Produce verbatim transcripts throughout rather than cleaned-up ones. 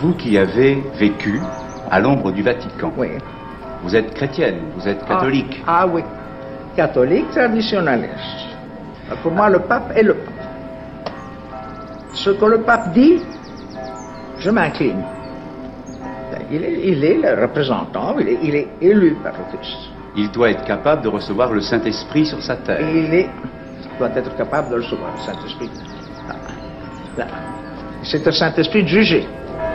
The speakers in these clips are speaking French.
Vous qui avez vécu à l'ombre du Vatican, oui. Vous êtes chrétienne, vous êtes catholique. Ah, ah oui, catholique traditionnaliste. Pour moi, le pape est le pape. Ce que le pape dit, je m'incline. Il est, il est le représentant, il est, il est élu par le Christ. Il doit être capable de recevoir le Saint-Esprit sur sa terre. Il est, doit être capable de recevoir le Saint-Esprit. Là, là. C'est le Saint-Esprit de juger.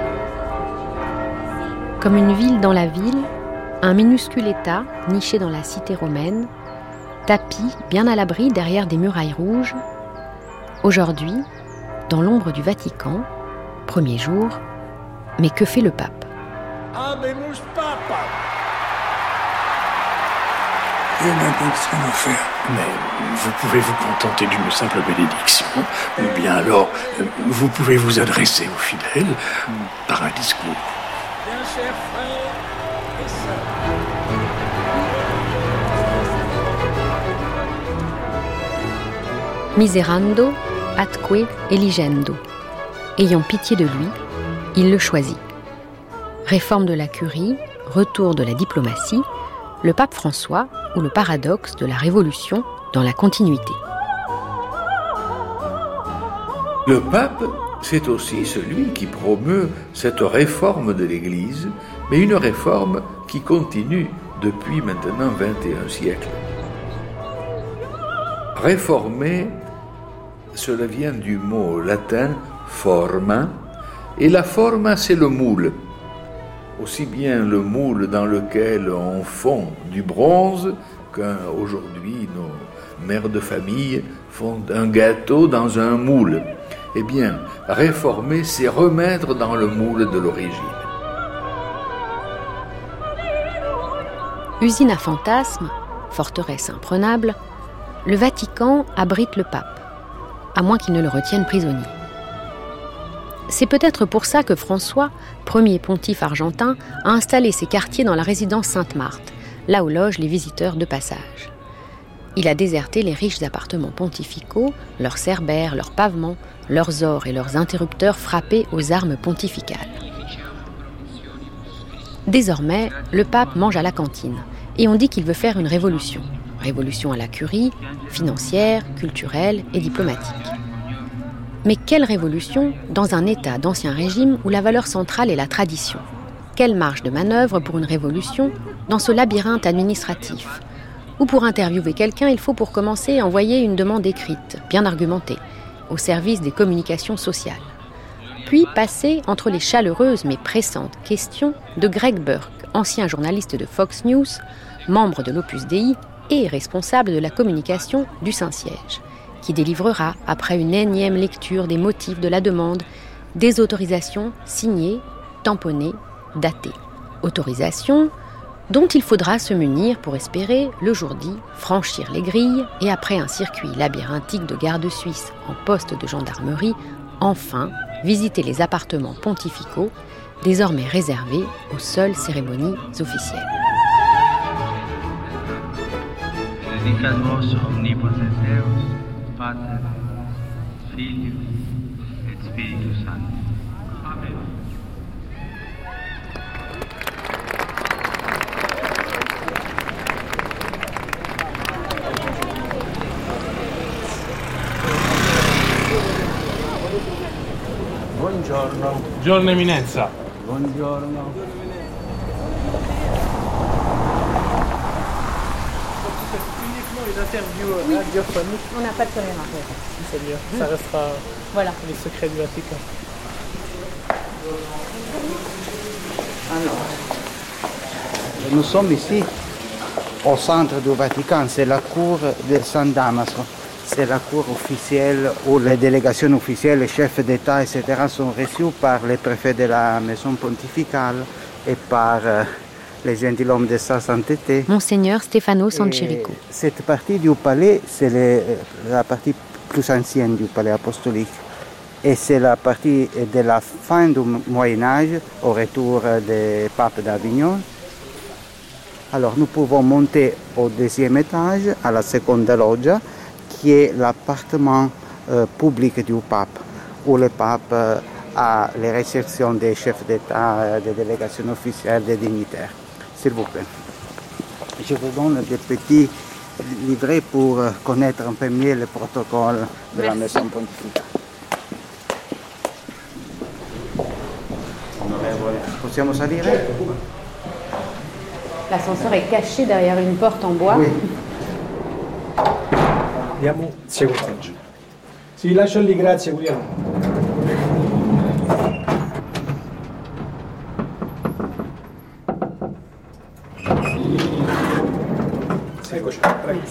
Comme une ville dans la ville, un minuscule État, niché dans la cité romaine, tapi bien à l'abri derrière des murailles rouges. Aujourd'hui, dans l'ombre du Vatican, premier jour, mais que fait le pape ? Habemus Papa. Et maintenant, qu'est-ce qu'on va faire ? Mais vous pouvez vous contenter d'une simple bénédiction, ou bien alors, vous pouvez vous adresser aux fidèles par un discours. Bien chers frères et sœurs. Miserando, atque eligendo. Ayant pitié de lui, il le choisit. Réforme de la curie, retour de la diplomatie, le pape François ou le paradoxe de la Révolution dans la continuité. Le pape, c'est aussi celui qui promeut cette réforme de l'Église, mais une réforme qui continue depuis maintenant vingt et un siècles. Réformer, cela vient du mot latin forma, et la forma, c'est le moule. Aussi bien le moule dans lequel on fond du bronze qu'aujourd'hui nos mères de famille font un gâteau dans un moule. Eh bien, réformer, c'est remettre dans le moule de l'origine. Usine à fantasmes, forteresse imprenable, le Vatican abrite le pape, à moins qu'il ne le retienne prisonnier. C'est peut-être pour ça que François, premier pontife argentin, a installé ses quartiers dans la résidence Sainte-Marthe, là où logent les visiteurs de passage. Il a déserté les riches appartements pontificaux, leurs cerbères, leurs pavements, leurs ors et leurs interrupteurs frappés aux armes pontificales. Désormais, le pape mange à la cantine, et on dit qu'il veut faire une révolution. Révolution à la curie, financière, culturelle et diplomatique. Mais quelle révolution dans un État d'Ancien Régime où la valeur centrale est la tradition ? Quelle marge de manœuvre pour une révolution dans ce labyrinthe administratif ? Ou pour interviewer quelqu'un, il faut pour commencer envoyer une demande écrite, bien argumentée, au service des communications sociales. Puis passer entre les chaleureuses mais pressantes questions de Greg Burke, ancien journaliste de Fox News, membre de l'Opus Dei et responsable de la communication du Saint-Siège, qui délivrera, après une énième lecture des motifs de la demande, des autorisations signées, tamponnées, datées. Autorisations dont il faudra se munir pour espérer, le jour dit, franchir les grilles et après un circuit labyrinthique de gardes suisses en poste de gendarmerie, enfin visiter les appartements pontificaux, désormais réservés aux seules cérémonies officielles. Dedicados omnipotens Deus, Pater, Filius et Spiritus Sanctus. Amen. Buongiorno. Buongiorno Eminenza. Buongiorno. Interview oui. radiophonique. On n'a pas de caméra. C'est mieux, ça restera voilà. Les secrets du Vatican. Alors, nous sommes ici au centre du Vatican, c'est la cour de San Damaso. C'est la cour officielle où les délégations officielles, les chefs d'État, et cetera sont reçus par les préfets de la maison pontificale et par euh, les gentilshommes de sa sainteté. Monseigneur Stefano Sancherico. Cette partie du palais, c'est le, la partie plus ancienne du palais apostolique. Et c'est la partie de la fin du Moyen-Âge, au retour des papes d'Avignon. Alors nous pouvons monter au deuxième étage, à la seconde loggia, qui est l'appartement euh, public du pape, où le pape euh, à la réception des chefs d'État, des délégations officielles, des dignitaires. S'il vous plaît. Je vous donne des petits livrets pour connaître un peu mieux le protocole de la maison pontificale. Possiamo salire? L'ascenseur est caché derrière une porte en bois. Oui. Andiamo, seguiteci. Sì, lascio lì, grazie Guglielmo. Eccoci, prego.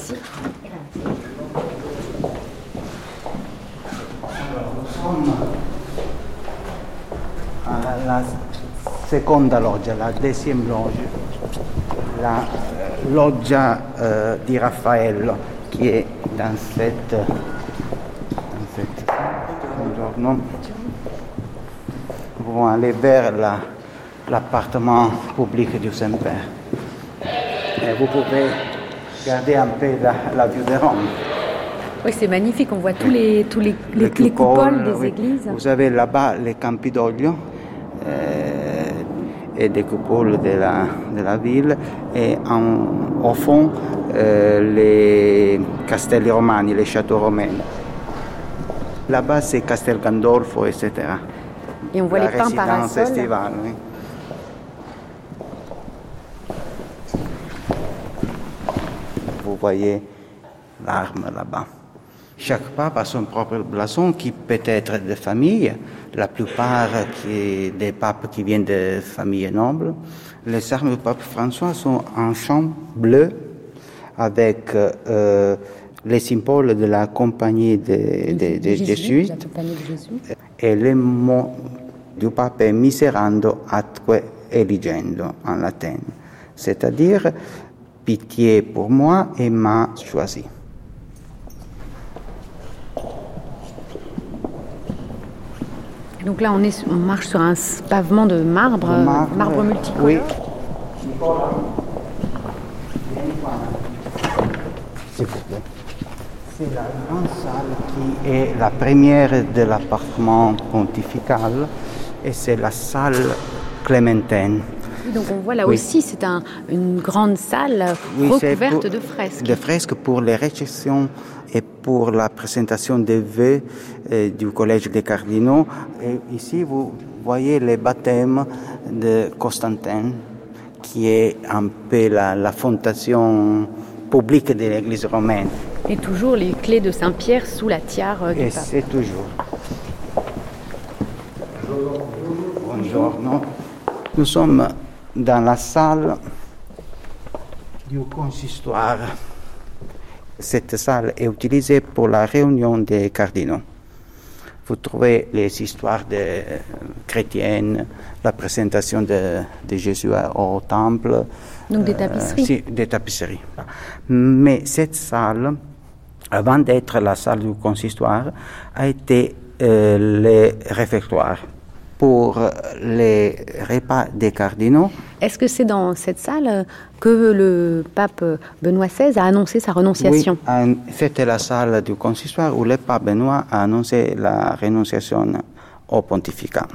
La seconda loggia, la deuxième loge, la loggia eh, di Raffaello, qui est dans cette, dans cette buongiorno. Nous pouvons aller vers la, l'appartement public du Saint-Père. Et vous pouvez regarder un peu la, la vue de Rome. Oui, c'est magnifique, on voit tous les, tous les, les, les, les coupoles, coupoles des oui. églises. Vous avez là-bas les Campidoglio euh, et des coupoles de la, de la ville, et en, au fond euh, les castelli romani, les châteaux romains. Là-bas c'est Castel Gandolfo, et cetera. Et on voit la les pins parasols. Estivale, oui. Vous voyez l'arme là-bas. Chaque pape a son propre blason qui peut être de famille, la plupart qui, des papes qui viennent de familles nobles. Les armes du pape François sont en champ bleu avec euh, les symboles de la compagnie des de, de, de jésuites. Et le mot du pape est miserando atque eligendo en latin, c'est-à-dire pitié pour moi et m'a choisi. Donc là, on, est, on marche sur un pavement de marbre, marbre, marbre multicolore. Oui. C'est la grande salle qui est la première de l'appartement pontifical, et c'est la salle Clémentine. Donc on voit là oui. aussi, c'est un, une grande salle oui, recouverte de fresques. De fresques pour les réceptions et pour la présentation des vœux euh, du Collège des cardinaux. Et ici, vous voyez les baptêmes de Constantin, qui est un peu la, la fondation publique de l'Église romaine. Et toujours les clés de Saint-Pierre sous la tiare du et pape. C'est toujours. Buongiorno. Nous sommes dans la salle du consistoire. Cette salle est utilisée pour la réunion des cardinaux. Vous trouvez les histoires de chrétiennes, la présentation de, de Jésus au temple. Donc des tapisseries. Euh, si, des tapisseries. Mais cette salle, avant d'être la salle du consistoire, a été euh, le réfectoire pour les repas des cardinaux. Est-ce que c'est dans cette salle que le pape Benoît seize a annoncé sa renonciation? Oui, c'était la salle du consistoire où le pape Benoît a annoncé la renonciation au pontificat.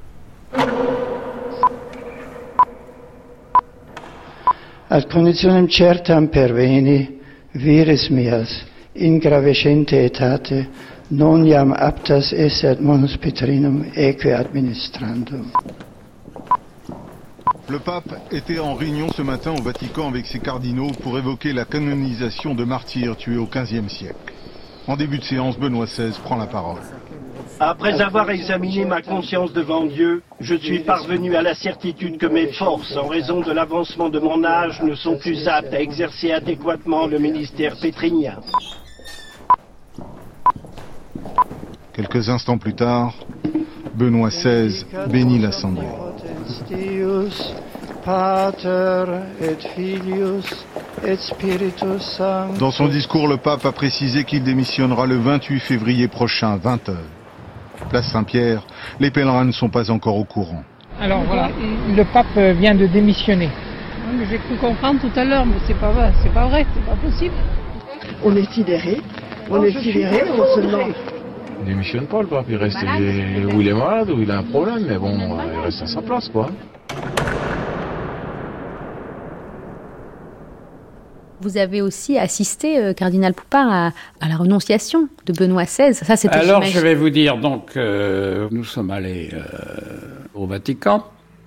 Ad conditionem certam perveni, vires mias, in gravescente etate, non iam aptas esset monus Petrinum eque administrandum. Le pape était en réunion ce matin au Vatican avec ses cardinaux pour évoquer la canonisation de martyrs tués au quinzième siècle. En début de séance, Benoît seize prend la parole. Après avoir examiné ma conscience devant Dieu, je suis parvenu à la certitude que mes forces, en raison de l'avancement de mon âge, ne sont plus aptes à exercer adéquatement le ministère pétrinien. Quelques instants plus tard, Benoît seize bénit l'Assemblée. Dans son discours, le pape a précisé qu'il démissionnera le vingt-huit février prochain, vingt heures. Place Saint-Pierre, les pèlerins ne sont pas encore au courant. Alors voilà, le pape vient de démissionner. J'ai cru comprendre tout à l'heure, mais c'est pas vrai, c'est pas vrai, c'est pas possible. On est sidéré, on est sidéré, on se demande. Il démissionne pas, le pape. Il reste il, où il est malade, où il a un problème, mais bon, il reste à sa place, quoi. Vous avez aussi assisté, euh, cardinal Poupart, à, à la renonciation de Benoît seize. Ça, c'était Alors, j'imagine... je vais vous dire, donc, euh, nous sommes allés euh, au Vatican,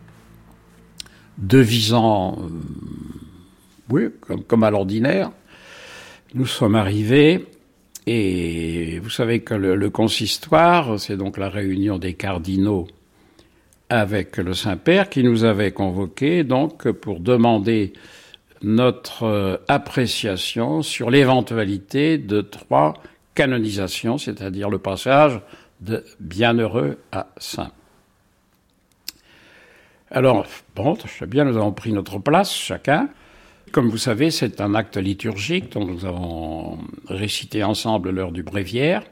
devisant, euh, oui, comme, comme à l'ordinaire. Nous sommes arrivés, et vous savez que le, le consistoire, c'est donc la réunion des cardinaux avec le Saint-Père, qui nous avait convoqués, donc, pour demander notre appréciation sur l'éventualité de trois canonisations, c'est-à-dire le passage de bienheureux à saint. Alors, bon, très bien, nous avons pris notre place, chacun. Comme vous savez, c'est un acte liturgique dont nous avons récité ensemble l'heure du bréviaire.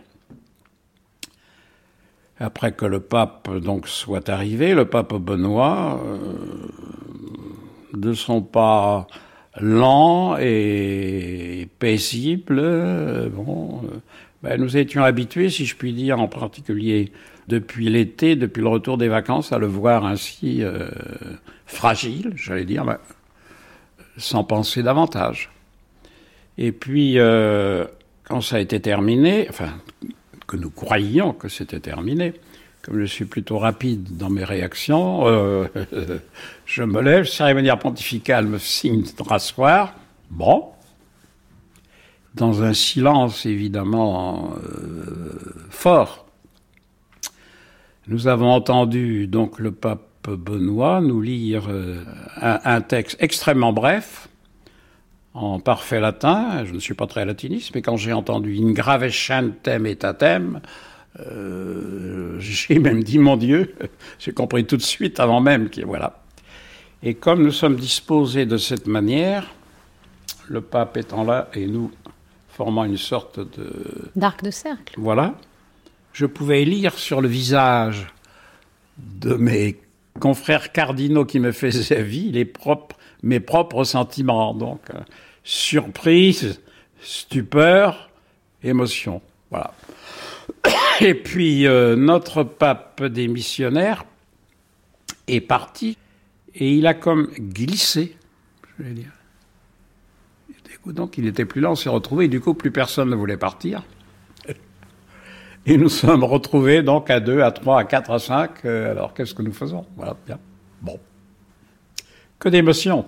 Après que le pape donc soit arrivé, le pape Benoît, euh, de son pas lent et paisible, euh, bon, euh, ben, nous étions habitués, si je puis dire, en particulier depuis l'été, depuis le retour des vacances, à le voir ainsi euh, fragile, j'allais dire, ben, sans penser davantage. Et puis, euh, quand ça a été terminé, enfin, que nous croyions que c'était terminé, comme je suis plutôt rapide dans mes réactions, euh, je me lève, cérémoniaire pontificale me signe de rasseoir. Bon, dans un silence évidemment euh, fort. Nous avons entendu donc le pape Benoît nous lire euh, un, un texte extrêmement bref, en parfait latin. Je ne suis pas très latiniste, mais quand j'ai entendu « In grave chantem etatem », Euh, j'ai même dit, mon Dieu, j'ai compris tout de suite avant même que voilà. Et comme nous sommes disposés de cette manière, le pape étant là et nous formant une sorte de... d'arc de cercle. Voilà. Je pouvais lire sur le visage de mes confrères cardinaux qui me faisaient vie les propres, mes propres sentiments. Donc, euh, surprise, stupeur, émotion. Voilà. Et puis, euh, notre pape démissionnaire est parti et il a comme glissé, je vais dire. Donc, il n'était plus là, on s'est retrouvés et du coup, plus personne ne voulait partir. Et nous sommes retrouvés donc à deux, à trois, à quatre, à cinq. Euh, alors, qu'est-ce que nous faisons? Voilà, bien. Bon. Que d'émotions.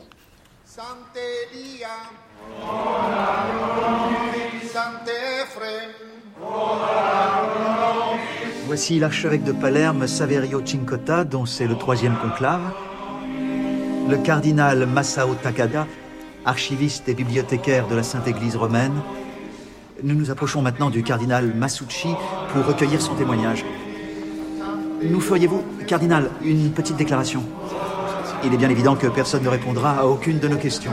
Voici l'archevêque de Palerme, Saverio Cincotta, dont c'est le troisième conclave, le cardinal Masao Takada, archiviste et bibliothécaire de la Sainte Église romaine. Nous nous approchons maintenant du cardinal Masucci pour recueillir son témoignage. Nous feriez-vous, cardinal, une petite déclaration? Il est bien évident que personne ne répondra à aucune de nos questions.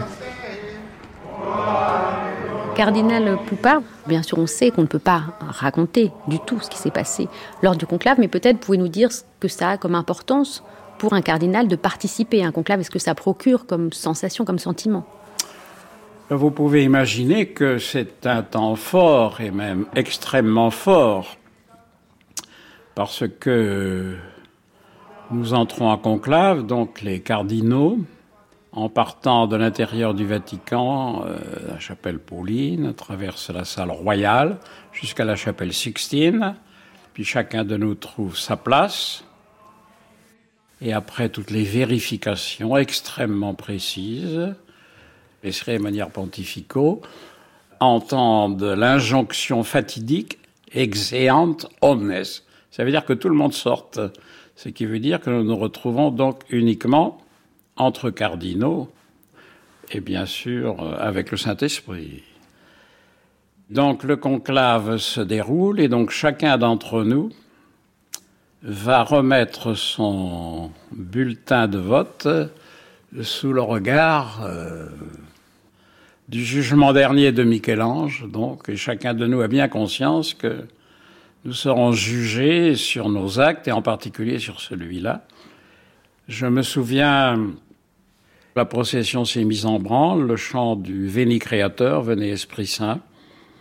Cardinal Poupart, bien sûr, on sait qu'on ne peut pas raconter du tout ce qui s'est passé lors du conclave, mais peut-être pouvez-vous nous dire ce que ça a comme importance pour un cardinal de participer à un conclave. Est-ce que ça procure comme sensation, comme sentiment? Vous pouvez imaginer que c'est un temps fort, et même extrêmement fort, parce que nous entrons en conclave, donc les cardinaux, en partant de l'intérieur du Vatican, euh, la chapelle Pauline, traverse la salle royale jusqu'à la chapelle Sixtine, puis chacun de nous trouve sa place. Et après toutes les vérifications extrêmement précises, les cérémoniaires pontificaux entendent l'injonction fatidique « exeant omnes ». Ça veut dire que tout le monde sorte, ce qui veut dire que nous nous retrouvons donc uniquement entre cardinaux, et bien sûr avec le Saint-Esprit. Donc le conclave se déroule, et donc chacun d'entre nous va remettre son bulletin de vote sous le regard euh, du jugement dernier de Michel-Ange, donc, et chacun de nous a bien conscience que nous serons jugés sur nos actes, et en particulier sur celui-là. Je me souviens... La procession s'est mise en branle, le chant du Veni Créateur, venez Esprit Saint,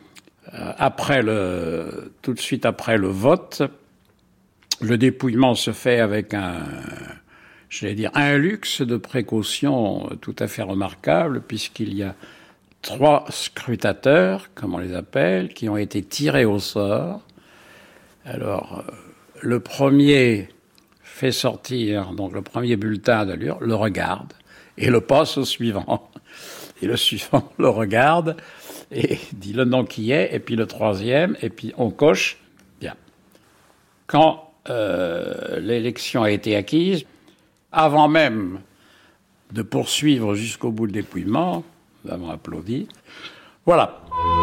après le, tout de suite après le vote, le dépouillement se fait avec un, je vais dire, un luxe de précaution tout à fait remarquable, puisqu'il y a trois scrutateurs, comme on les appelle, qui ont été tirés au sort. Alors, le premier fait sortir, donc le premier bulletin de l'urne, le regarde, et le passe au suivant. Et le suivant le regarde, et dit le nom qui est, et puis le troisième, et puis on coche. Bien. Quand euh, l'élection a été acquise, avant même de poursuivre jusqu'au bout le dépouillement, nous avons applaudi. Voilà.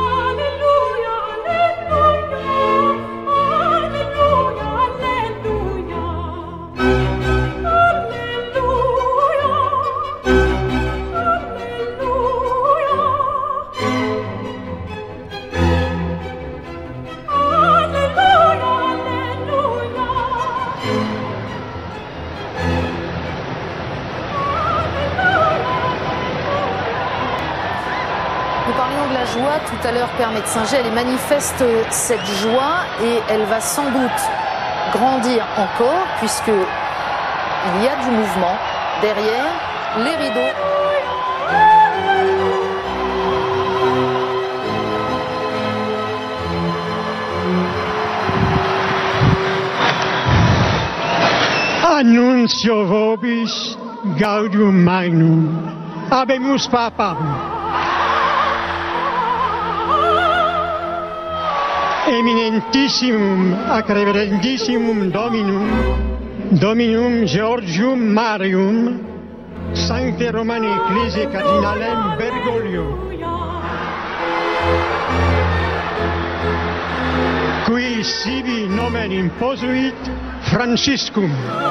Joie tout à l'heure, Père Metzinger, elle manifeste cette joie et elle va sans doute grandir encore puisque il y a du mouvement derrière les rideaux. Annuncio vobis gaudium magnum, habemus papam. Eminentissimum ac reverendissimum Dominum, Dominum Georgium Marium, Sancte Romani Ecclesiae Cardinalem Bergoglio, qui sibi nomen imposuit Franciscum.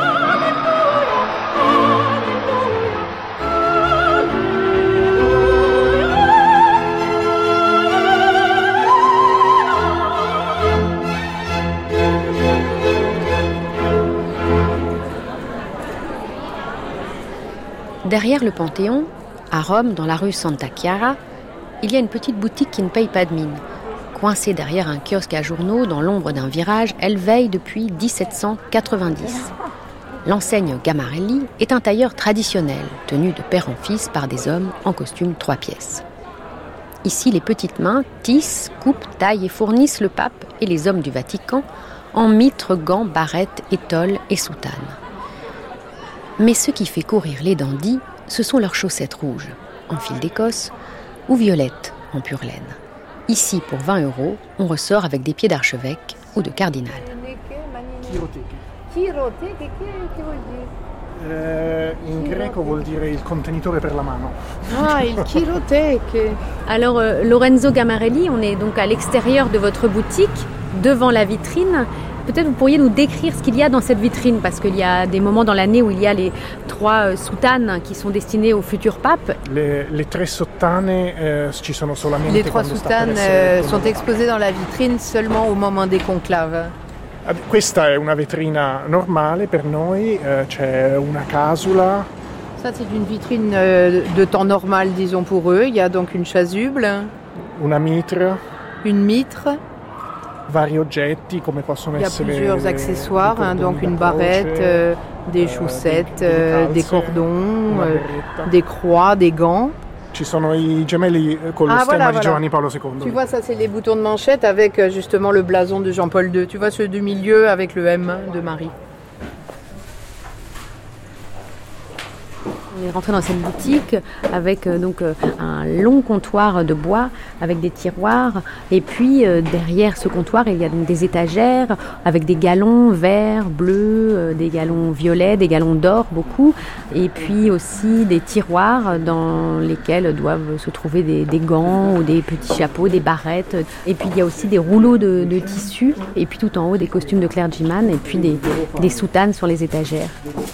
Derrière le Panthéon, à Rome, dans la rue Santa Chiara, il y a une petite boutique qui ne paye pas de mine. Coincée derrière un kiosque à journaux, dans l'ombre d'un virage, elle veille depuis dix-sept cent quatre-vingt-dix. L'enseigne Gamarelli est un tailleur traditionnel, tenu de père en fils par des hommes en costume trois pièces. Ici, les petites mains tissent, coupent, taillent et fournissent le pape et les hommes du Vatican en mitres, gants, barrettes, étoles et soutanes. Mais ce qui fait courir les dandys, ce sont leurs chaussettes rouges, en fil d'Écosse, ou violettes, en pure laine. Ici, pour vingt euros, on ressort avec des pieds d'archevêque ou de cardinal. Chiroteche, che vuol dire? Eh, in greco vuol dire il contenitore per la mano. Ah, il chiroteche. Alors, euh, Lorenzo Gamarelli, on est donc à l'extérieur de votre boutique, devant la vitrine. Peut-être vous pourriez nous décrire ce qu'il y a dans cette vitrine, parce qu'il y a des moments dans l'année où il y a les trois soutanes qui sont destinées au futur pape. Les, les tre sottane eh, ci sono solamente Les trois soutanes euh, sont exposées dans la vitrine seulement au moment des conclaves. Questa è una vetrina normale per noi, eh, c'è una casula. Ça, c'est une vitrine euh, de temps normal, disons, pour eux. Il y a donc une chasuble. Una mitra. Une mitre. Vari oggetti, come possono essere. Il y a plusieurs accessoires, hein, donc une barrette, euh, des chaussettes, euh, des cordons, euh, des croix, des gants. Ci sono i gemelli con lo ah, stemma voilà, di voilà. Giovanni Paolo secondo. Tu vois, ça c'est les boutons de manchette avec justement le blason de Jean-Paul deux. Tu vois ceux du milieu avec le M de Marie. On est rentré dans cette boutique avec euh, donc euh, un long comptoir de bois avec des tiroirs, et puis euh, derrière ce comptoir il y a donc des étagères avec des galons verts, bleus, euh, des galons violets, des galons d'or beaucoup, et puis aussi des tiroirs dans lesquels doivent se trouver des, des gants ou des petits chapeaux, des barrettes, et puis il y a aussi des rouleaux de, de tissu, et puis tout en haut des costumes de clergyman, et puis des, des soutanes sur les étagères.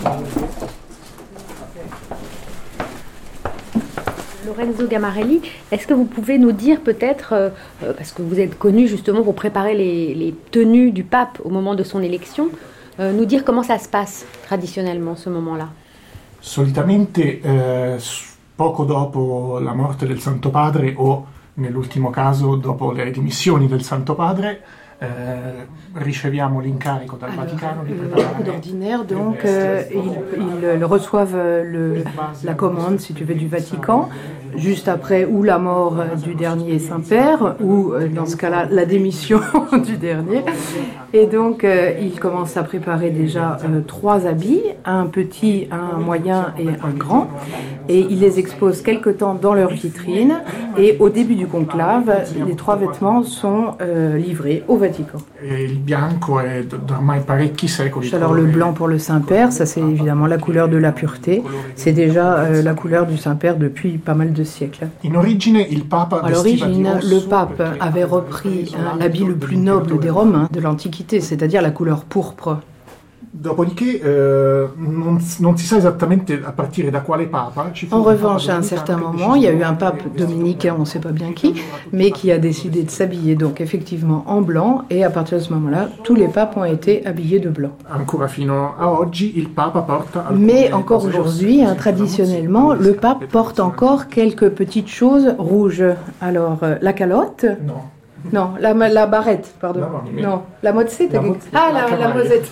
Lorenzo Gamarelli, est-ce que vous pouvez nous dire peut-être, euh, parce que vous êtes connu justement pour préparer les, les tenues du pape au moment de son élection, euh, nous dire comment ça se passe traditionnellement ce moment-là? Solitamente eh, poco dopo la morte del Santo Padre o Nell'ultimo caso, dopo le dimissioni del Santo Padre, eh, riceviamo l'incarico dal Alors, Vaticano di preparare. D'ordinaire, donc, euh, ils, ils reçoivent le, la commande, si tu veux, du Vatican, juste après ou la mort du dernier Saint-Père, ou dans ce cas-là, la démission du dernier. Et donc, euh, ils commencent à préparer déjà euh, trois habits, un petit, un moyen et un grand. Et ils les exposent quelque temps dans leur vitrine. Et au début du conclave, les trois vêtements sont euh, livrés au Vatican. Et il bianco è ormai parecchi secoli. Alors le blanc pour le Saint-Père, ça c'est évidemment la couleur de la pureté. C'est déjà euh, la couleur du Saint-Père depuis pas mal de siècles. In origine, il Papa À l'origine, le pape avait repris hein, l'habit le plus noble des Romains de l'Antiquité, c'est-à-dire la couleur pourpre. Dopodiché eh, non, non si sa esattamente a partire da quale papa. Ci fu En un revanche, papa à un certain moment, il y a eu un pape dominicain, on ne sait pas bien qui, mais qui a décidé de s'habiller donc effectivement en blanc, et à partir de ce moment-là, tous les papes ont été habillés de blanc. Ancora fino a oggi il Papa porta Mais encore aujourd'hui, hein, traditionnellement, le pape porte encore quelques petites choses rouges. Alors, euh, la calotte. Non. Non, la, la barrette, pardon. Non, non la mozette. La mo- ah, la la, la mosette.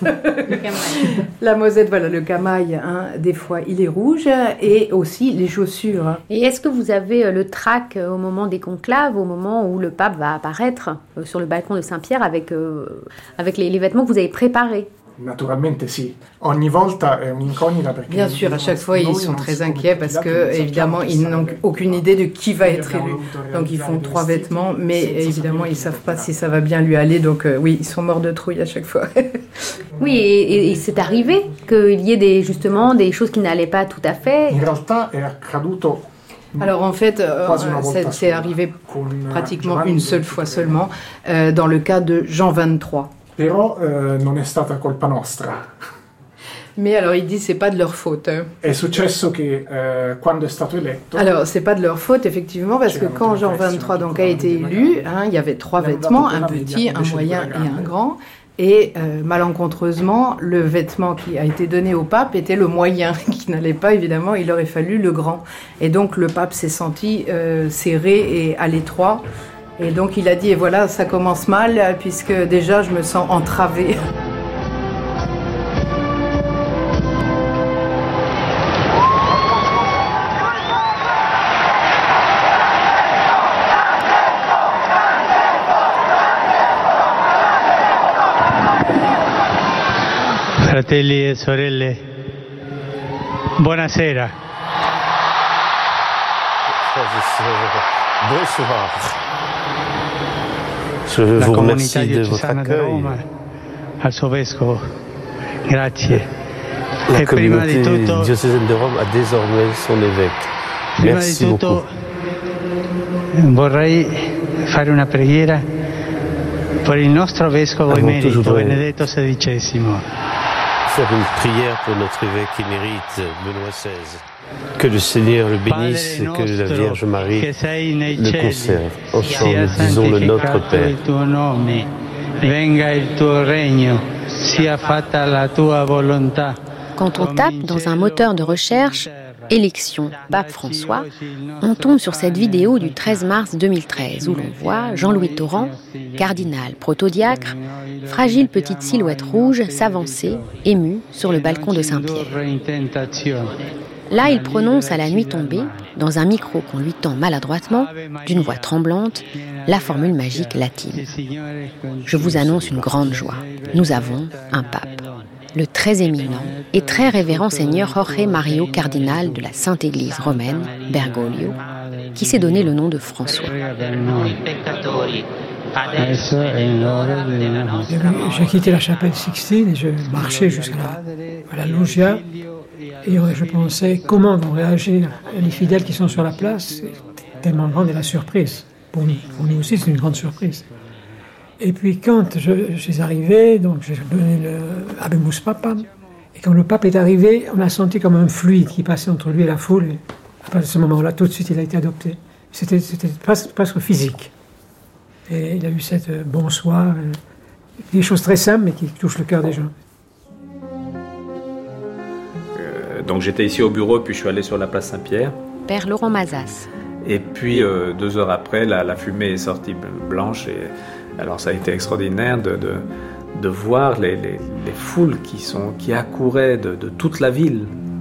La mosette, voilà, le camail, hein, des fois, il est rouge, et aussi les chaussures. Et est-ce que vous avez le trac au moment des conclaves, au moment où le pape va apparaître sur le balcon de Saint-Pierre avec, euh, avec les, les vêtements que vous avez préparés? Naturalmente sì. Ogni volta è un'incognita perché Bien sûr, à chaque fois, ils sont très inquiets parce que, évidemment, ils n'ont aucune idée de qui va être élu. Donc, ils font trois vêtements, mais évidemment, ils ne savent pas si ça va bien lui aller. Donc, euh, oui, ils sont morts de trouille à chaque fois. Oui, et, et, et c'est arrivé qu'il y ait des, justement des choses qui n'allaient pas tout à fait. In realtà è accaduto. Alors en fait, euh, c'est, c'est arrivé pratiquement une seule fois seulement euh, dans le cas de Jean vingt-trois. Però eh, non è stata colpa nostra. Mais alors il dit c'est pas de leur faute. Hein. È successo che eh, quando è stato eletto. Alors c'est pas de leur faute effectivement parce que quand Jean vingt-trois donc a été élu, hein, il y avait trois vêtements, un petit, un moyen et un grand. Et euh, malencontreusement, le vêtement qui a été donné au pape était le moyen, qui n'allait pas évidemment, il aurait fallu le grand. Et donc le pape s'est senti euh, serré et à l'étroit. Et donc il a dit, et voilà, ça commence mal, puisque déjà je me sens entravé. Fratelli e sorelle, buonasera. Bonsoir. Je vous remercie de votre accueil. Al suo vescovo, grazie. La E prima communauté di tutto, diocésaine de Rome a désormais son évêque. prima Merci di tutto beaucoup. vorrei fare una preghiera per il nostro vescovo Avant tout, je emerito voudrais Benedetto sedicesimo. Faire une prière pour notre évêque émérite Benoît seize. Que le Seigneur le bénisse et que la Vierge Marie che sei nei le cieli, conserve. Ensemble, sia nous disons le Notre santificato Père. il tuo nome, venga il tuo regno, sia fatta la tua volontà. Quand on tape dans un moteur de recherche « Élection Pape François », on tombe sur cette vidéo du treize mars deux mille treize où l'on voit Jean-Louis Torrent, cardinal protodiacre, fragile petite silhouette rouge, s'avancer, ému, sur le balcon de Saint-Pierre. Là, il prononce à la nuit tombée, dans un micro qu'on lui tend maladroitement, d'une voix tremblante, la formule magique latine. Je vous annonce une grande joie. Nous avons un pape. Le très éminent et très révérend Seigneur Jorge Mario Cardinal de la Sainte Église romaine, Bergoglio, qui s'est donné le nom de François. J'ai quitté la chapelle Sixtine et je marchais jusqu'à la, à la loggia et je pensais comment vont réagir les fidèles qui sont sur la place. C'est tellement grande est la surprise. Pour nous, pour nous aussi, c'est une grande surprise. Et puis quand je, je suis arrivé, donc j'ai donné le Habemus Papam, et quand le pape est arrivé, on a senti comme un fluide qui passait entre lui et la foule. Et à partir de ce moment-là, tout de suite, il a été adopté. C'était, c'était presque, presque physique. Et il a eu cette euh, bonsoir, euh, des choses très simples mais qui touchent le cœur des gens. Euh, donc j'étais ici au bureau, puis je suis allé sur la place Saint-Pierre. Père Laurent Mazas. Et puis euh, deux heures après, la, la fumée est sortie blanche. Et alors ça a été extraordinaire de, de, de voir les, les, les foules qui, sont, qui accouraient de, de toute la ville.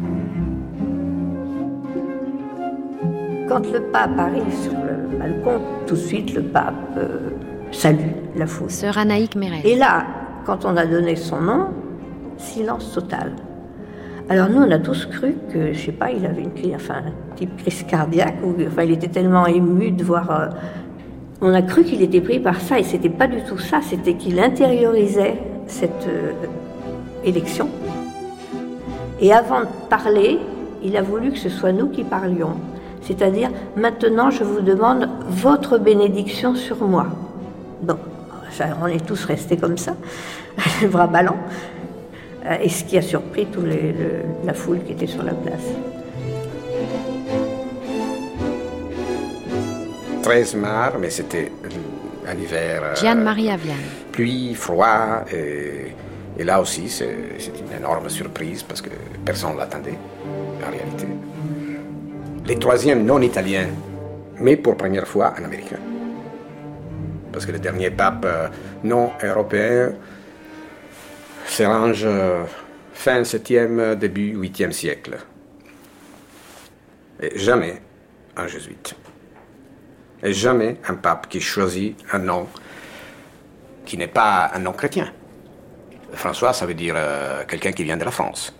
Quand le pape arrive sur le balcon, tout de suite le pape euh, salue la foule. Sœur Anaïque Mérel. Et là, quand on a donné son nom, silence total. Alors nous, on a tous cru que, je sais pas, il avait une enfin, un type crise cardiaque, ou enfin, il était tellement ému de voir... Euh, on a cru qu'il était pris par ça, et c'était pas du tout ça, c'était qu'il intériorisait cette euh, élection. Et avant de parler, il a voulu que ce soit nous qui parlions. C'est-à-dire, maintenant, je vous demande votre bénédiction sur moi. Bon, ça, on est tous restés comme ça, les bras ballants. Et ce qui a surpris toute la foule qui était sur la place. treize mars, mais c'était un hiver... Gian Maria Vian. Pluie, froid, et, et là aussi, c'est, c'est une énorme surprise parce que personne ne l'attendait, en réalité. Les troisièmes non-italiens, mais pour première fois un Américain. Parce que le dernier pape non-européen s'arrange fin septième, début huitième siècle. Et jamais un jésuite. Et jamais un pape qui choisit un nom qui n'est pas un nom chrétien. François, ça veut dire euh, quelqu'un qui vient de la France.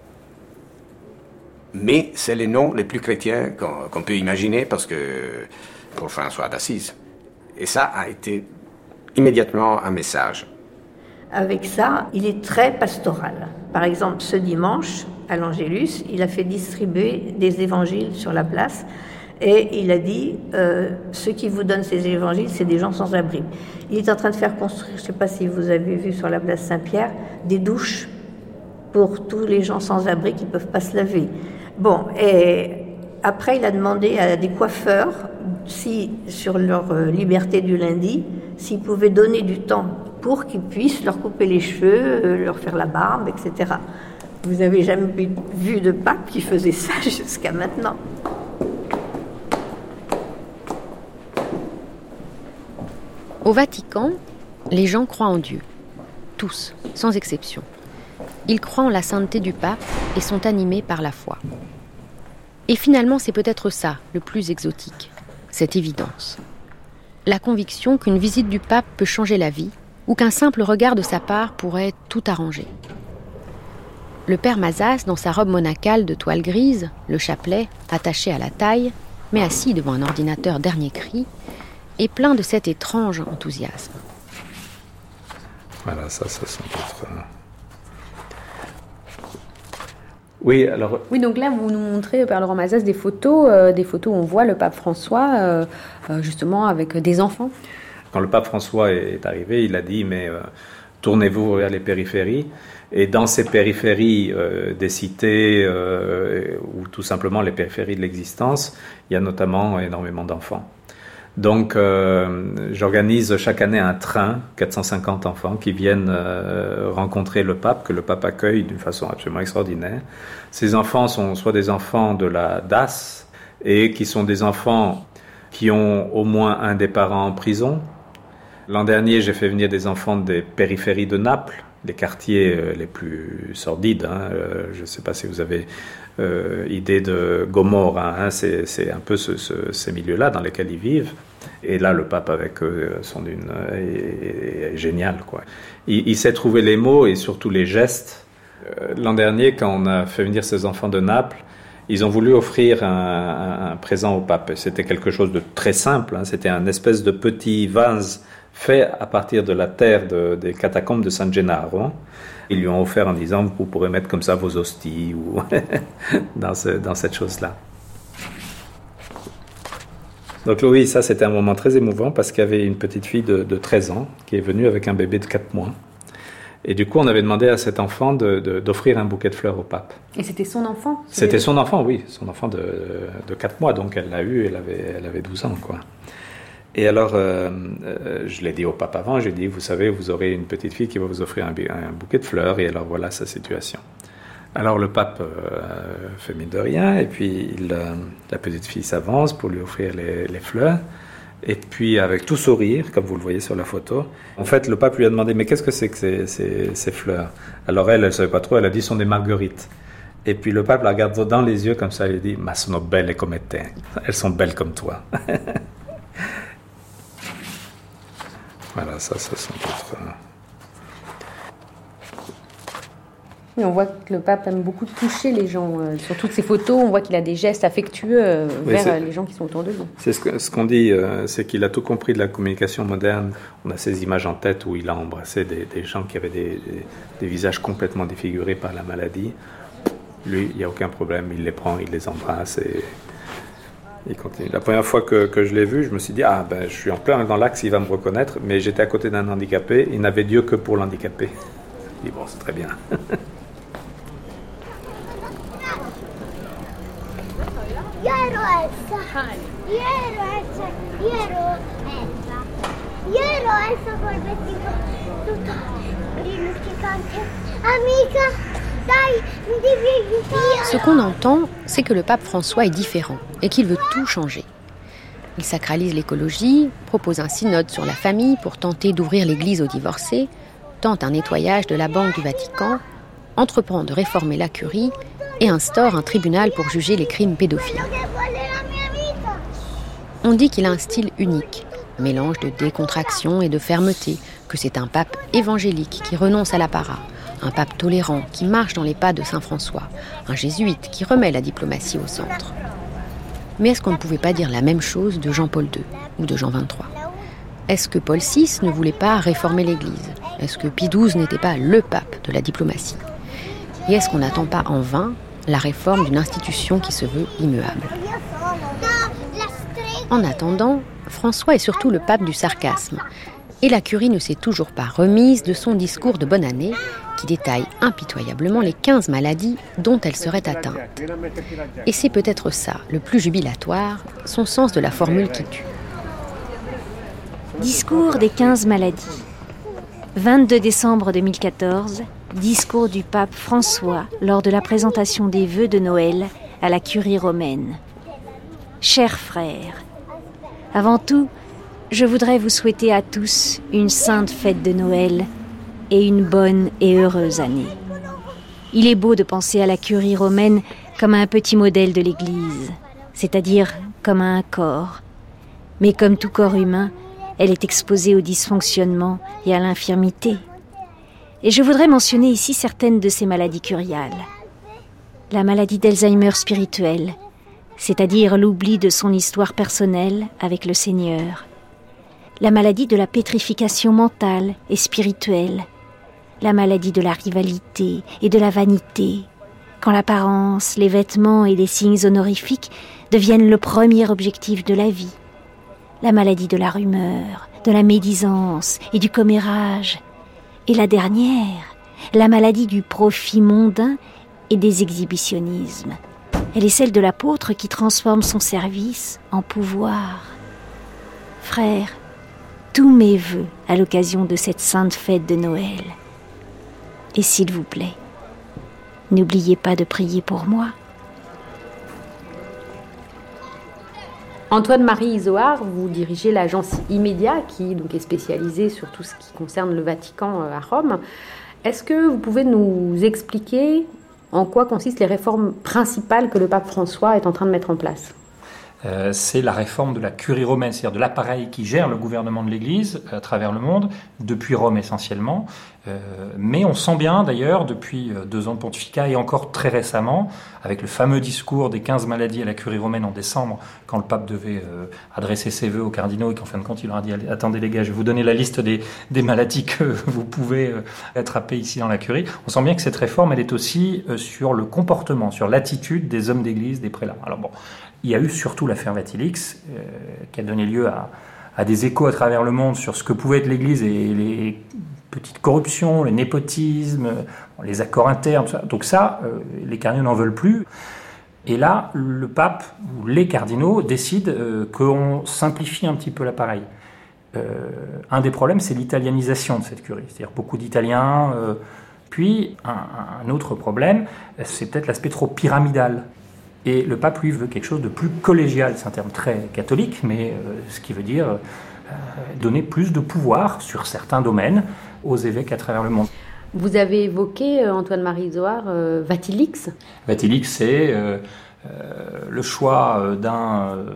Mais c'est les noms les plus chrétiens qu'on, qu'on peut imaginer parce que pour François d'Assise. Et ça a été immédiatement un message. Avec ça, il est très pastoral. Par exemple, ce dimanche, à l'Angélus, il a fait distribuer des évangiles sur la place et il a dit euh, ceux qui vous donnent ces évangiles, c'est des gens sans abri. Il est en train de faire construire, je ne sais pas si vous avez vu sur la place Saint-Pierre, des douches pour tous les gens sans abri qui ne peuvent pas se laver. Bon, et après, il a demandé à des coiffeurs, si, sur leur euh, liberté du lundi, s'ils pouvaient donner du temps pour qu'ils puissent leur couper les cheveux, euh, leur faire la barbe, et cetera. Vous n'avez jamais vu de pape qui faisait ça jusqu'à maintenant. Au Vatican, les gens croient en Dieu. Tous, sans exception. Ils croient en la sainteté du pape et sont animés par la foi. Et finalement, c'est peut-être ça, le plus exotique, cette évidence. La conviction qu'une visite du pape peut changer la vie, ou qu'un simple regard de sa part pourrait tout arranger. Le père Mazas, dans sa robe monacale de toile grise, le chapelet attaché à la taille, mais assis devant un ordinateur dernier cri, est plein de cet étrange enthousiasme. Voilà, ça, ça semble être... Oui, alors... Oui, donc là, vous nous montrez, Père Laurent Mazas, des photos, euh, des photos où on voit le pape François, euh, euh, justement, avec des enfants. Quand le pape François est arrivé, il a dit, mais euh, tournez-vous vers les périphéries. Et dans ces périphéries euh, des cités, euh, ou tout simplement les périphéries de l'existence, il y a notamment énormément d'enfants. Donc, euh, j'organise chaque année un train, quatre cent cinquante enfants qui viennent euh, rencontrer le pape, que le pape accueille d'une façon absolument extraordinaire. Ces enfants sont soit des enfants de la D A S, et qui sont des enfants qui ont au moins un des parents en prison. L'an dernier, j'ai fait venir des enfants des périphéries de Naples, les quartiers euh, les plus sordides. Hein. Euh, je ne sais pas si vous avez euh, idée de Gomorra, hein. c'est, c'est un peu ce, ce, ces milieux-là dans lesquels ils vivent. Et là, le pape avec eux sont d'une, est, est génial, quoi. Il, il sait trouver les mots et surtout les gestes. Euh, l'an dernier, quand on a fait venir ces enfants de Naples, ils ont voulu offrir un, un, un présent au pape. C'était quelque chose de très simple, hein. C'était un espèce de petit vase fait à partir de la terre de, des catacombes de San Gennaro. Ils lui ont offert en disant « vous pourrez mettre comme ça vos hosties » ou dans, ce, dans cette chose-là. Donc oui, ça c'était un moment très émouvant parce qu'il y avait une petite fille de, de treize ans qui est venue avec un bébé de quatre mois. Et du coup, on avait demandé à cet enfant de, de, d'offrir un bouquet de fleurs au pape. Et c'était son enfant? C'était son enfant, oui, son enfant de, de quatre mois, donc elle l'a eu, elle avait, elle avait douze ans, quoi. Et alors, euh, euh, je l'ai dit au pape avant, j'ai dit, vous savez, vous aurez une petite fille qui va vous offrir un, un bouquet de fleurs, et alors voilà sa situation. Alors le pape euh, fait mine de rien, et puis il, euh, la petite fille s'avance pour lui offrir les, les fleurs. Et puis avec tout sourire, comme vous le voyez sur la photo, en fait le pape lui a demandé « mais qu'est-ce que c'est que ces, ces, ces fleurs ?» Alors elle, elle ne savait pas trop, elle a dit « ce sont des marguerites ». Et puis le pape la regarde dans les yeux comme ça, il dit « ma sono belle come te ». Elles sont belles comme toi. Voilà, ça, ça sont d'autres... Oui, on voit que le pape aime beaucoup toucher les gens. Sur toutes ces photos, on voit qu'il a des gestes affectueux Oui, vers c'est... les gens qui sont autour de lui. C'est ce, que, ce qu'on dit, euh, c'est qu'il a tout compris de la communication moderne. On a ces images en tête où il a embrassé des, des gens qui avaient des, des, des visages complètement défigurés par la maladie. Lui, il n'y a aucun problème, il les prend, il les embrasse et il continue. La première fois que, que je l'ai vu, je me suis dit, ah ben je suis en plein dans l'axe, il va me reconnaître, mais j'étais à côté d'un handicapé, il n'avait Dieu que pour l'handicapé. Je dis, bon, c'est très bien. Io ero Elsa. Io ero Elsa. Io ero Elsa. Io ero Elsa col vestito tutto riluccicante. Amica, dai, mi devi aiutare. Ce qu'on entend, c'est que le pape François est différent et qu'il veut tout changer. Il sacralise l'écologie, propose un synode sur la famille pour tenter d'ouvrir l'église aux divorcés, tente un nettoyage de la Banque du Vatican, entreprend de réformer la curie et instaure un tribunal pour juger les crimes pédophiles. On dit qu'il a un style unique, un mélange de décontraction et de fermeté, que c'est un pape évangélique qui renonce à l'apparat, un pape tolérant qui marche dans les pas de saint François, un jésuite qui remet la diplomatie au centre. Mais est-ce qu'on ne pouvait pas dire la même chose de Jean-Paul deux ou de Jean vingt-trois ? Est-ce que Paul six ne voulait pas réformer l'Église ? Est-ce que Pie douze n'était pas le pape de la diplomatie ? Et est-ce qu'on n'attend pas en vain la réforme d'une institution qui se veut immuable ? En attendant, François est surtout le pape du sarcasme. Et la curie ne s'est toujours pas remise de son discours de bonne année qui détaille impitoyablement les quinze maladies dont elle serait atteinte. Et c'est peut-être ça, le plus jubilatoire, son sens de la formule qui tue. Discours des quinze maladies. vingt-deux décembre deux mille quatorze, discours du pape François lors de la présentation des vœux de Noël à la curie romaine. Chers frères, avant tout, je voudrais vous souhaiter à tous une sainte fête de Noël et une bonne et heureuse année. Il est beau de penser à la curie romaine comme à un petit modèle de l'Église, c'est-à-dire comme à un corps. Mais comme tout corps humain, elle est exposée au dysfonctionnement et à l'infirmité. Et je voudrais mentionner ici certaines de ces maladies curiales. La maladie d'Alzheimer spirituelle, c'est-à-dire l'oubli de son histoire personnelle avec le Seigneur. La maladie de la pétrification mentale et spirituelle. La maladie de la rivalité et de la vanité, quand l'apparence, les vêtements et les signes honorifiques deviennent le premier objectif de la vie. La maladie de la rumeur, de la médisance et du commérage. Et la dernière, la maladie du profit mondain et des exhibitionnismes. Elle est celle de l'apôtre qui transforme son service en pouvoir. Frères, tous mes vœux à l'occasion de cette sainte fête de Noël. Et s'il vous plaît, n'oubliez pas de prier pour moi. Antoine-Marie Isoard, vous dirigez l'agence Immédiat, qui donc est spécialisée sur tout ce qui concerne le Vatican à Rome. Est-ce que vous pouvez nous expliquer en quoi consistent les réformes principales que le pape François est en train de mettre en place ? Euh, c'est la réforme de la curie romaine, c'est-à-dire de l'appareil qui gère le gouvernement de l'Église à travers le monde, depuis Rome essentiellement. Euh, mais on sent bien d'ailleurs, depuis deux ans de pontificat et encore très récemment, avec le fameux discours des quinze maladies à la curie romaine en décembre, quand le pape devait euh, adresser ses vœux aux cardinaux et qu'en fin de compte il leur a dit « Attendez les gars, je vais vous donner la liste des, des maladies que vous pouvez euh, attraper ici dans la curie ». On sent bien que cette réforme, elle est aussi euh, sur le comportement, sur l'attitude des hommes d'église, des prélats. Alors bon, il y a eu surtout l'affaire Vatilix, euh, qui a donné lieu à, à des échos à travers le monde sur ce que pouvait être l'Église et les petites corruptions, les népotismes, les accords internes, tout ça. Donc ça, euh, les cardinaux n'en veulent plus. Et là, le pape ou les cardinaux décident euh, qu'on simplifie un petit peu l'appareil. Euh, un des problèmes, c'est l'italianisation de cette curie. C'est-à-dire beaucoup d'Italiens... Euh, Puis, un, un autre problème, c'est peut-être l'aspect trop pyramidal. Et le pape, lui, veut quelque chose de plus collégial. C'est un terme très catholique, mais euh, ce qui veut dire euh, donner plus de pouvoir sur certains domaines aux évêques à travers le monde. Vous avez évoqué, Antoine-Marie Izoard, euh, Vatilix. Vatilix, c'est euh, euh, le choix d'un euh,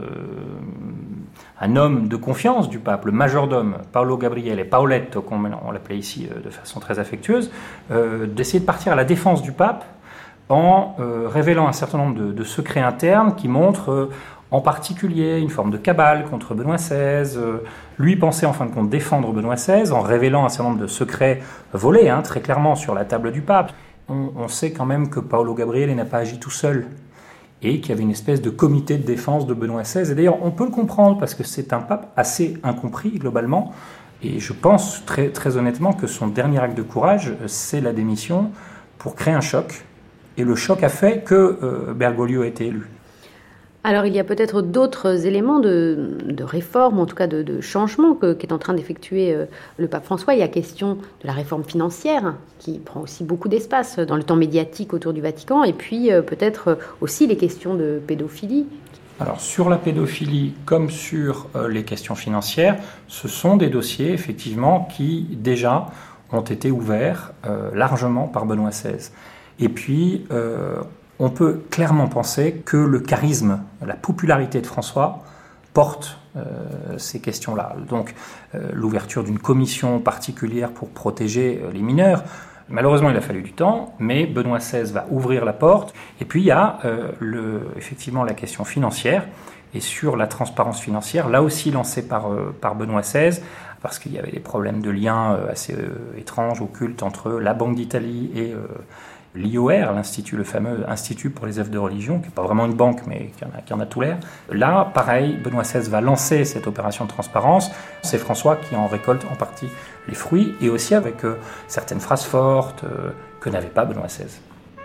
un homme de confiance du pape, le majordome Paolo Gabriele, Paoletto, comme on l'appelait ici euh, de façon très affectueuse, euh, d'essayer de partir à la défense du pape en euh, révélant un certain nombre de, de secrets internes qui montrent euh, en particulier une forme de cabale contre Benoît seize. Euh, lui pensait en fin de compte défendre Benoît seize en révélant un certain nombre de secrets volés, hein, très clairement sur la table du pape. On, on sait quand même que Paolo Gabriele n'a pas agi tout seul et qu'il y avait une espèce de comité de défense de Benoît seize. Et d'ailleurs, on peut le comprendre parce que c'est un pape assez incompris globalement. Et je pense très, très honnêtement que son dernier acte de courage, c'est la démission pour créer un choc. Et le choc a fait que euh, Bergoglio a été élu. Alors il y a peut-être d'autres éléments de, de réforme, en tout cas de, de changement que, qu'est en train d'effectuer euh, le pape François. Il y a question de la réforme financière qui prend aussi beaucoup d'espace dans le temps médiatique autour du Vatican, et puis euh, peut-être aussi les questions de pédophilie. Alors sur la pédophilie comme sur euh, les questions financières, ce sont des dossiers effectivement qui déjà ont été ouverts euh, largement par Benoît seize. Et puis, euh, on peut clairement penser que le charisme, la popularité de François porte euh, ces questions-là. Donc, euh, l'ouverture d'une commission particulière pour protéger euh, les mineurs, malheureusement, il a fallu du temps, mais Benoît seize va ouvrir la porte. Et puis, il y a euh, le, effectivement la question financière. Et sur la transparence financière, là aussi lancée par, euh, par Benoît seize, parce qu'il y avait des problèmes de liens euh, assez euh, étranges, occultes, entre la Banque d'Italie et... Euh, l'I O R, l'Institut, le fameux Institut pour les œuvres de religion, qui n'est pas vraiment une banque, mais qui en a, qui en a tout l'air. Là, pareil, Benoît seize va lancer cette opération de transparence. C'est François qui en récolte en partie les fruits, et aussi avec euh, certaines phrases fortes euh, que n'avait pas Benoît seize.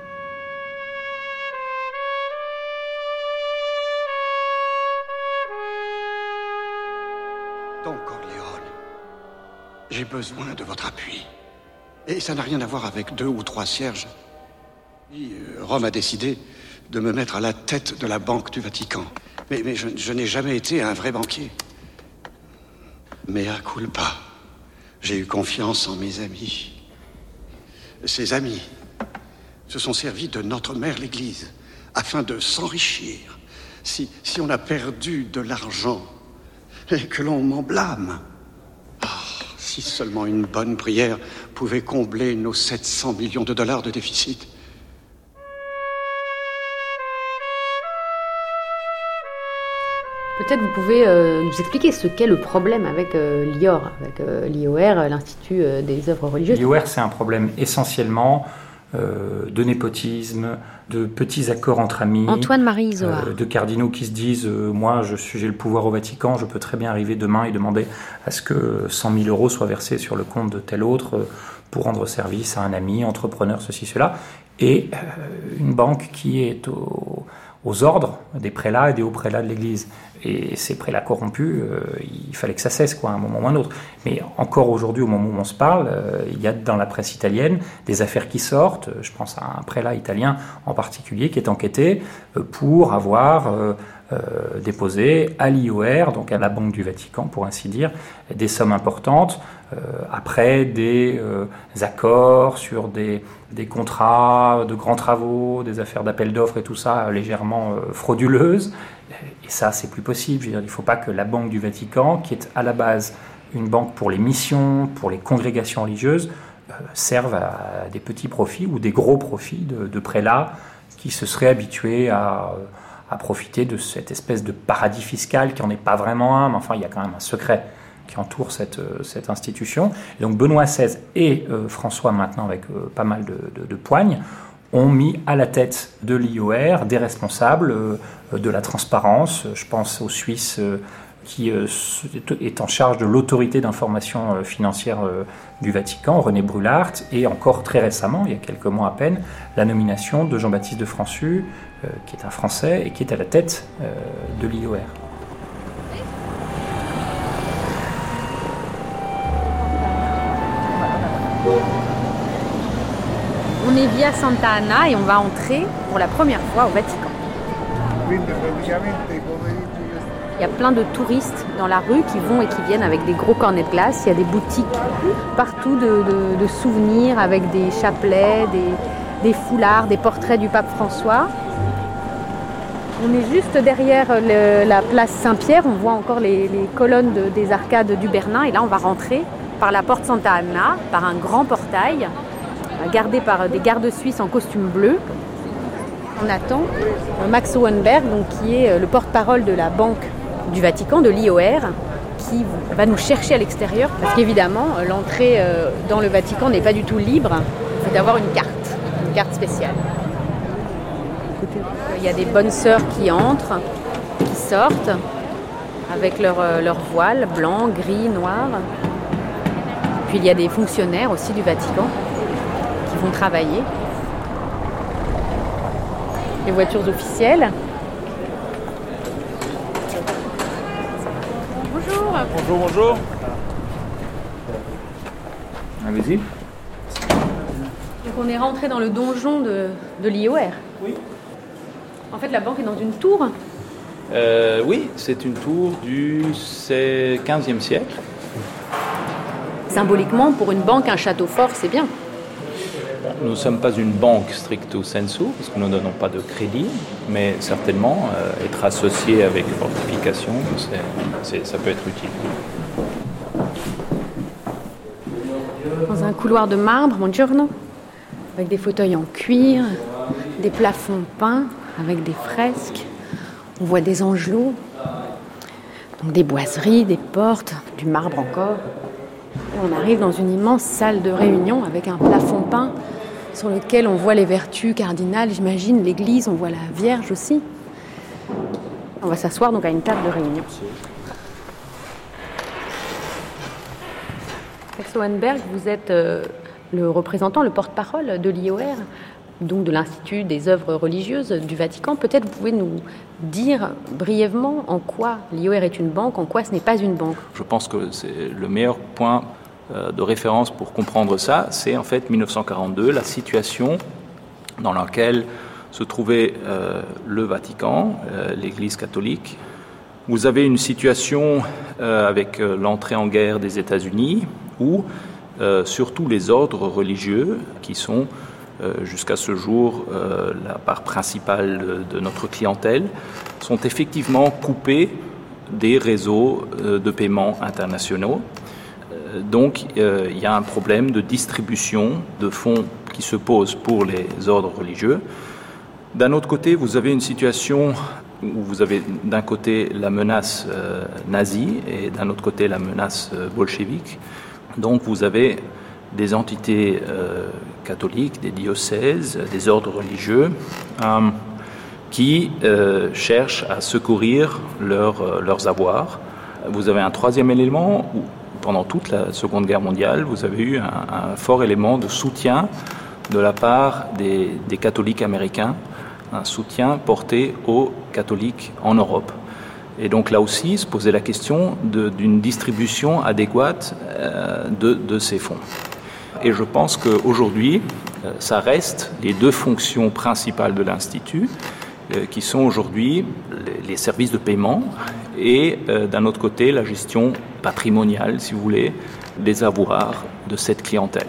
Don Corleone, j'ai besoin de votre appui. Et ça n'a rien à voir avec deux ou trois cierges. Rome a décidé de me mettre à la tête de la Banque du Vatican. Mais, mais je, je n'ai jamais été un vrai banquier. Mea culpa. J'ai eu confiance en mes amis. Ces amis se sont servis de notre mère l'Église afin de s'enrichir. Si, si on a perdu de l'argent et que l'on m'en blâme... Oh, si seulement une bonne prière pouvait combler nos sept cents millions de dollars de déficit. Peut-être vous pouvez euh, nous expliquer ce qu'est le problème avec euh, l'I O R, avec euh, l'I O R, l'Institut euh, des œuvres religieuses. L'I O R, c'est un problème essentiellement euh, de népotisme, de petits accords entre amis. Antoine-Marie Izoard. Euh, de cardinaux qui se disent euh, moi, je suis, j'ai le pouvoir au Vatican, je peux très bien arriver demain et demander à ce que cent mille euros soient versés sur le compte de tel autre euh, pour rendre service à un ami, entrepreneur, ceci, cela. Et euh, une banque qui est au, aux ordres des prélats et des hauts prélats de l'Église. Et ces prélats corrompus, euh, il fallait que ça cesse, quoi, à un moment ou à un autre. Mais encore aujourd'hui, au moment où on se parle, euh, il y a dans la presse italienne des affaires qui sortent. Je pense à un prélat italien en particulier qui est enquêté euh, pour avoir euh, euh, déposé à l'I O R, donc à la Banque du Vatican, pour ainsi dire, des sommes importantes euh, après des euh, accords sur des, des contrats de grands travaux, des affaires d'appel d'offres et tout ça légèrement euh, frauduleuses. Et ça, c'est plus possible. Je veux dire, il ne faut pas que la Banque du Vatican, qui est à la base une banque pour les missions, pour les congrégations religieuses, euh, serve à des petits profits ou des gros profits de, de prélats qui se seraient habitués à, à profiter de cette espèce de paradis fiscal qui n'en est pas vraiment un, mais enfin, il y a quand même un secret qui entoure cette, cette institution. Et donc Benoît seize et euh, François, maintenant avec euh, pas mal de, de, de poignes, ont mis à la tête de l'I O R des responsables euh, de la transparence. Je pense aux Suisses euh, qui euh, est en charge de l'autorité d'information euh, financière euh, du Vatican, René Brulart, et encore très récemment, il y a quelques mois à peine, la nomination de Jean-Baptiste de Françu, euh, qui est un Français et qui est à la tête euh, de l'I O R. On est via Santa Anna et on va entrer pour la première fois au Vatican. Il y a plein de touristes dans la rue qui vont et qui viennent avec des gros cornets de glace. Il y a des boutiques partout de, de, de souvenirs avec des chapelets, des, des foulards, des portraits du pape François. On est juste derrière le, la place Saint-Pierre. On voit encore les, les colonnes de, des arcades du Bernin. Et là, on va rentrer par la porte Santa Anna, par un grand portail, gardé par des gardes suisses en costume bleu. On attend Max Hohenberg, donc, qui est le porte-parole de la Banque du Vatican, de l'I O R, qui va nous chercher à l'extérieur, parce qu'évidemment, l'entrée dans le Vatican n'est pas du tout libre. Il faut d'avoir une carte, une carte spéciale. Il y a des bonnes sœurs qui entrent, qui sortent, avec leur, leur voile blanc, gris, noir. Puis il y a des fonctionnaires aussi du Vatican qui vont travailler. Les voitures officielles. Bonjour. Bonjour, bonjour. Allez-y. Donc on est rentré dans le donjon de, de l'I O R. Oui. En fait, la banque est dans une tour. Euh, oui, c'est une tour du quinzième siècle. Symboliquement, pour une banque, un château fort, c'est bien. Nous ne sommes pas une banque stricto sensu, parce que nous ne donnons pas de crédit, mais certainement, euh, être associé avec fortification, c'est, c'est, ça peut être utile. Dans un couloir de marbre, buongiorno, avec des fauteuils en cuir, des plafonds peints, avec des fresques. On voit des angelots, donc des boiseries, des portes, du marbre encore. Et on arrive dans une immense salle de réunion avec un plafond peint sur lequel on voit les vertus cardinales, j'imagine, l'église, on voit la Vierge aussi. On va s'asseoir donc à une table de réunion. Max Hohenberg, vous êtes euh, le représentant, le porte-parole de l'I O R, donc de l'Institut des œuvres religieuses du Vatican. Peut-être vous pouvez nous dire brièvement en quoi l'I O R est une banque, en quoi ce n'est pas une banque. Je pense que c'est le meilleur point de référence pour comprendre ça, c'est en fait dix-neuf cent quarante-deux, la situation dans laquelle se trouvait euh, le Vatican, euh, l'Église catholique. Vous avez une situation euh, avec euh, l'entrée en guerre des États-Unis où euh, surtout les ordres religieux, qui sont euh, jusqu'à ce jour euh, la part principale de, de notre clientèle, sont effectivement coupés des réseaux euh, de paiement internationaux. Donc, euh, il y a un problème de distribution de fonds qui se pose pour les ordres religieux. D'un autre côté, vous avez une situation où vous avez d'un côté la menace euh, nazie et d'un autre côté la menace euh, bolchevique. Donc, vous avez des entités euh, catholiques, des diocèses, des ordres religieux euh, qui euh, cherchent à secourir leur, euh, leurs avoirs. Vous avez un troisième élément où pendant toute la Seconde Guerre mondiale, vous avez eu un, un fort élément de soutien de la part des, des catholiques américains, un soutien porté aux catholiques en Europe. Et donc là aussi, se posait la question de, d'une distribution adéquate euh, de, de ces fonds. Et je pense qu'aujourd'hui, euh, ça reste les deux fonctions principales de l'Institut, euh, qui sont aujourd'hui les, les services de paiement et euh, d'un autre côté la gestion patrimoniale, si vous voulez, des avoirs de cette clientèle.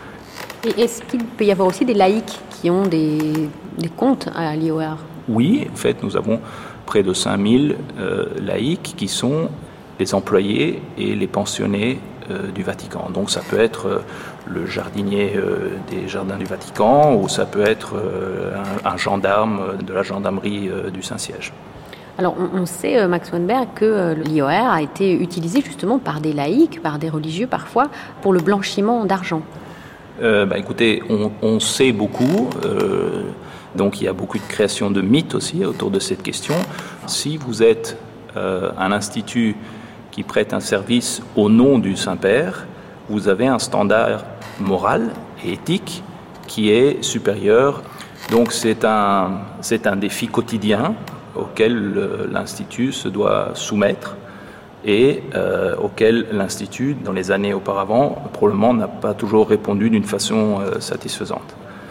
Et est-ce qu'il peut y avoir aussi des laïcs qui ont des, des comptes à l'I O R ? Oui, en fait, nous avons près de cinq mille euh, laïcs qui sont les employés et les pensionnés euh, du Vatican. Donc ça peut être euh, le jardinier euh, des jardins du Vatican ou ça peut être euh, un, un gendarme de la gendarmerie euh, du Saint-Siège. Alors, on, on sait, Max Hohenberg, que l'I O R a été utilisé justement par des laïcs, par des religieux parfois, pour le blanchiment d'argent. Euh, bah, écoutez, on, on sait beaucoup, euh, donc il y a beaucoup de création de mythes aussi autour de cette question. Si vous êtes euh, un institut qui prête un service au nom du Saint-Père, vous avez un standard moral et éthique qui est supérieur. Donc c'est un, c'est un défi quotidien auquel l'Institut se doit soumettre et euh, auquel l'Institut, dans les années auparavant, probablement n'a pas toujours répondu d'une façon euh, satisfaisante.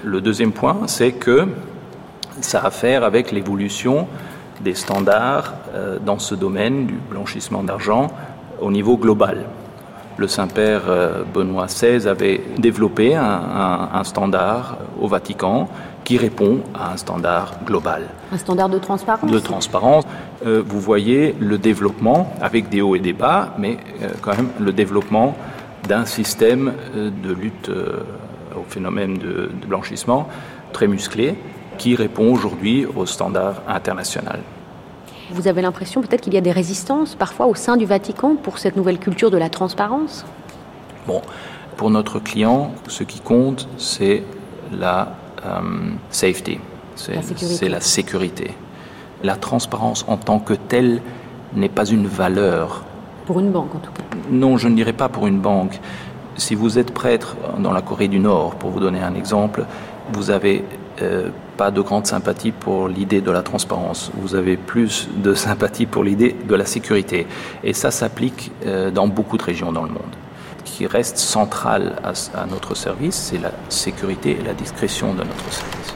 Le deuxième point, c'est que ça a à faire avec l'évolution des standards euh, dans ce domaine du blanchissement d'argent au niveau global. Le Saint-Père euh, Benoît seize avait développé un, un, un standard au Vatican qui répond à un standard global. Un standard de transparence. De transparence. Euh, vous voyez le développement, avec des hauts et des bas, mais euh, quand même le développement d'un système euh, de lutte euh, au phénomène de, de blanchissement très musclé, qui répond aujourd'hui aux standards internationaux. Vous avez l'impression peut-être qu'il y a des résistances parfois au sein du Vatican pour cette nouvelle culture de la transparence ? Bon, pour notre client, ce qui compte, c'est la euh, safety, c'est la, c'est la sécurité. La transparence en tant que telle n'est pas une valeur. Pour une banque en tout cas ? Non, je ne dirais pas pour une banque. Si vous êtes prêtre dans la Corée du Nord, pour vous donner un exemple, vous avez euh, pas de grande sympathie pour l'idée de la transparence. Vous avez plus de sympathie pour l'idée de la sécurité. Et ça s'applique euh, dans beaucoup de régions dans le monde. Ce qui reste central à, à notre service, c'est la sécurité et la discrétion de notre service.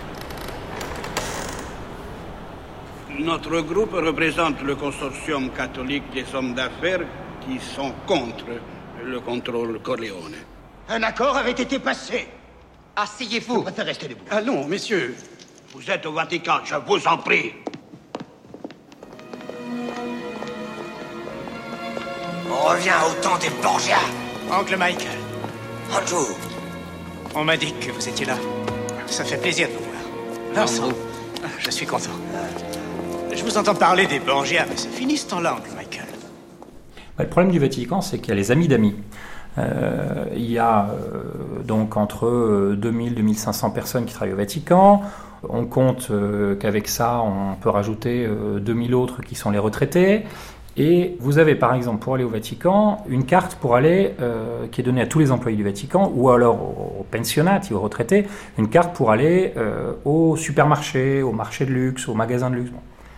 Notre groupe représente le consortium catholique des hommes d'affaires qui sont contre le contrôle Corleone. Un accord avait été passé. Asseyez-vous. Je préfère rester debout. Ah non, messieurs. Vous êtes au Vatican, je vous en prie. On revient au temps des Borgia. Oncle Michael. Bonjour. On m'a dit que vous étiez là. Ça fait plaisir de vous voir. Vincent, je suis content. Je vous entends parler des Borgia, mais c'est fini ce temps-là, Oncle Michael. Le problème du Vatican, c'est qu'il y a les amis d'amis. Euh, il y a euh, donc entre deux mille et deux mille cinq cents personnes qui travaillent au Vatican. On compte euh, qu'avec ça, on peut rajouter euh, deux mille autres qui sont les retraités. Et vous avez par exemple, pour aller au Vatican, une carte pour aller, euh, qui est donnée à tous les employés du Vatican, ou alors aux, aux pensionnats, aux retraités, une carte pour aller euh, au supermarché, au marché de luxe, au magasin de luxe.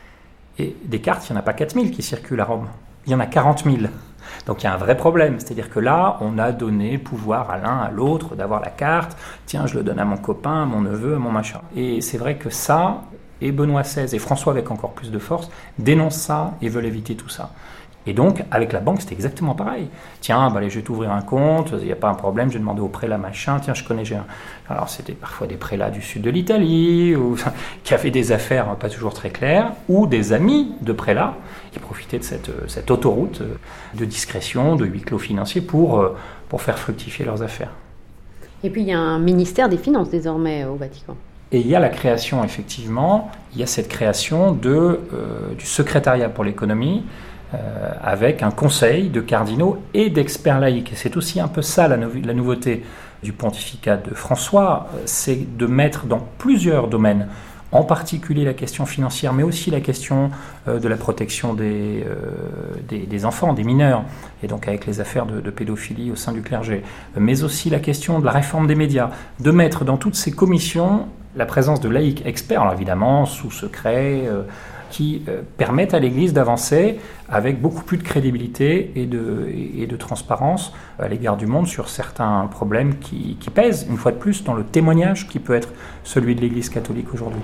Et des cartes, il n'y en a pas quatre mille qui circulent à Rome. Il y en a quarante mille. Donc il y a un vrai problème, c'est-à-dire que là, on a donné le pouvoir à l'un, à l'autre d'avoir la carte. Tiens, je le donne à mon copain, à mon neveu, à mon machin. Et c'est vrai que ça, et Benoît seize, et François avec encore plus de force, dénoncent ça et veulent éviter tout ça. Et donc, avec la banque, c'était exactement pareil. Tiens, bah, allez, je vais t'ouvrir un compte, il n'y a pas un problème, je vais demander au prélat machin, tiens, je connais, j'ai un... Alors, c'était parfois des prélats du sud de l'Italie, ou... qui avaient des affaires pas toujours très claires, ou des amis de prélats, qui profitaient de cette, cette autoroute de discrétion, de huis clos financier, pour, pour faire fructifier leurs affaires. Et puis, il y a un ministère des Finances, désormais, au Vatican. Et il y a la création, effectivement, il y a cette création de, euh, du secrétariat pour l'économie, Euh, avec un conseil de cardinaux et d'experts laïcs. Et c'est aussi un peu ça la, nou- la nouveauté du pontificat de François, c'est de mettre dans plusieurs domaines, en particulier la question financière, mais aussi la question euh, de la protection des, euh, des, des enfants, des mineurs, et donc avec les affaires de, de pédophilie au sein du clergé, mais aussi la question de la réforme des médias, de mettre dans toutes ces commissions la présence de laïcs experts, alors évidemment sous secret, euh, qui euh, permettent à l'Église d'avancer avec beaucoup plus de crédibilité et de, et de transparence à l'égard du monde sur certains problèmes qui, qui pèsent, une fois de plus, dans le témoignage qui peut être celui de l'Église catholique aujourd'hui.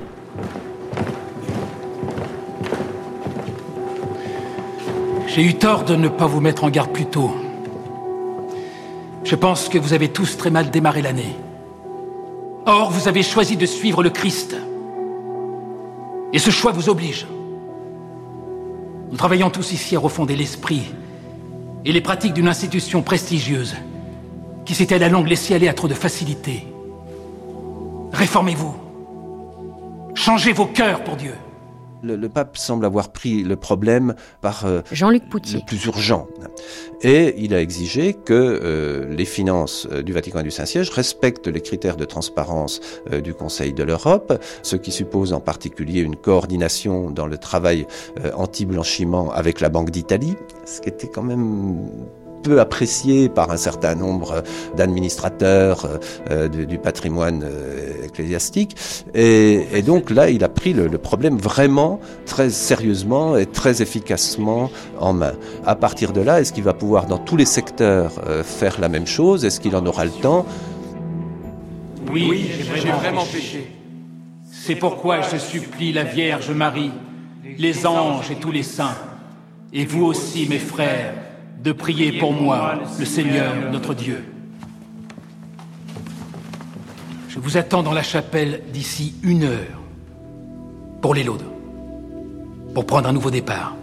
J'ai eu tort de ne pas vous mettre en garde plus tôt. Je pense que vous avez tous très mal démarré l'année. Or, vous avez choisi de suivre le Christ. Et ce choix vous oblige. Nous travaillons tous ici à refonder l'esprit et les pratiques d'une institution prestigieuse qui s'était à la longue laissée aller à trop de facilité. Réformez-vous. Changez vos cœurs pour Dieu. Le, le pape semble avoir pris le problème par euh, Jean-Luc Poutier. le plus urgent. Et il a exigé que euh, les finances euh, du Vatican et du Saint-Siège respectent les critères de transparence euh, du Conseil de l'Europe, ce qui suppose en particulier une coordination dans le travail euh, anti-blanchiment avec la Banque d'Italie, ce qui était quand même peu apprécié par un certain nombre d'administrateurs euh, du, du patrimoine euh, ecclésiastique. Et, et donc là, il a pris le, le problème vraiment très sérieusement et très efficacement en main. À partir de là, est-ce qu'il va pouvoir dans tous les secteurs euh, faire la même chose ? Est-ce qu'il en aura le temps ? Oui, oui j'ai vraiment, vraiment péché. C'est pourquoi je supplie la Vierge Marie, les anges et tous les saints, et vous aussi, mes frères, de prier pour moi, le Seigneur, notre Dieu. Je vous attends dans la chapelle d'ici une heure pour les laudes, pour prendre un nouveau départ.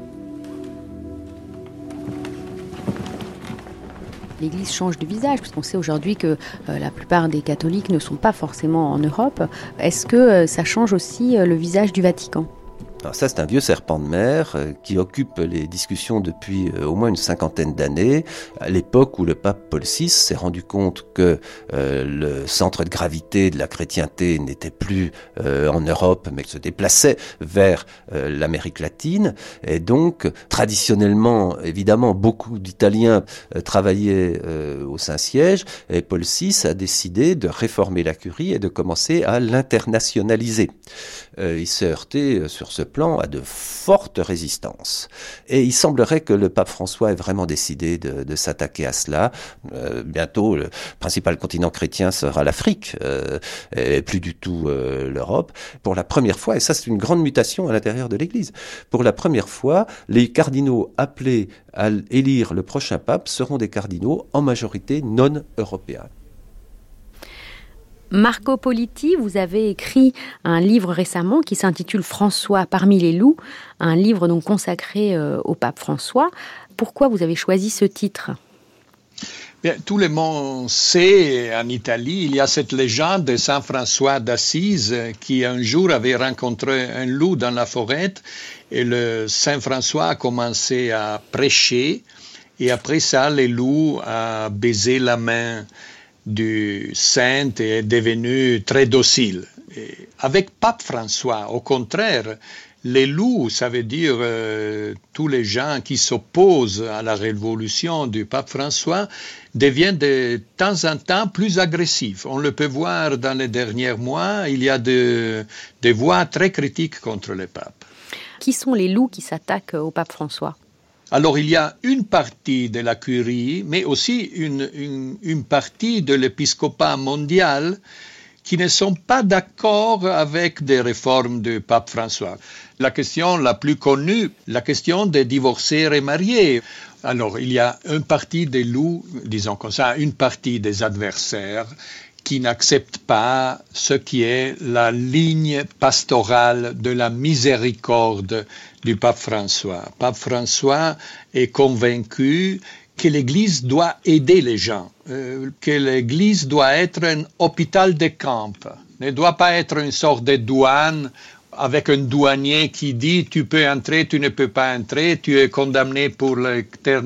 L'Église change de visage, puisqu'on sait aujourd'hui que euh, la plupart des catholiques ne sont pas forcément en Europe. Est-ce que euh, ça change aussi euh, le visage du Vatican ? Alors ça, c'est un vieux serpent de mer euh, qui occupe les discussions depuis euh, au moins une cinquantaine d'années, à l'époque où le pape Paul six s'est rendu compte que euh, le centre de gravité de la chrétienté n'était plus euh, en Europe, mais se déplaçait vers euh, l'Amérique latine. Et donc, traditionnellement, évidemment, beaucoup d'Italiens euh, travaillaient euh, au Saint-Siège, et Paul six a décidé de réformer la curie et de commencer à l'internationaliser. Euh, il s'est heurté euh, sur ce plan à de fortes résistances. Et il semblerait que le pape François ait vraiment décidé de, de s'attaquer à cela. Euh, bientôt, le principal continent chrétien sera l'Afrique, euh, et plus du tout euh, l'Europe. Pour la première fois, et ça c'est une grande mutation à l'intérieur de l'Église, pour la première fois, les cardinaux appelés à élire le prochain pape seront des cardinaux en majorité non européens. Marco Politi, vous avez écrit un livre récemment qui s'intitule François parmi les loups, un livre donc consacré euh, au pape François. Pourquoi vous avez choisi ce titre ? Bien, tout le monde sait, en Italie, il y a cette légende de Saint François d'Assise qui un jour avait rencontré un loup dans la forêt et le Saint François a commencé à prêcher et après ça, le loup a baisé la main du saint est devenu très docile. Et avec Pape François, au contraire, les loups, ça veut dire euh, tous les gens qui s'opposent à la révolution du Pape François, deviennent de temps en temps plus agressifs. On le peut voir dans les derniers mois, il y a de, des voix très critiques contre le pape. Qui sont les loups qui s'attaquent au Pape François ? Alors, il y a une partie de la curie, mais aussi une, une, une partie de l'épiscopat mondial qui ne sont pas d'accord avec des réformes du pape François. La question la plus connue, la question des divorcés remariés. Alors, il y a une partie des loups, disons comme ça, une partie des adversaires qui n'acceptent pas ce qui est la ligne pastorale de la miséricorde du pape François. Pape François est convaincu que l'Église doit aider les gens, euh, que l'Église doit être un hôpital de camp, ne doit pas être une sorte de douane avec un douanier qui dit « tu peux entrer, tu ne peux pas entrer, tu es condamné pour l'éternité ».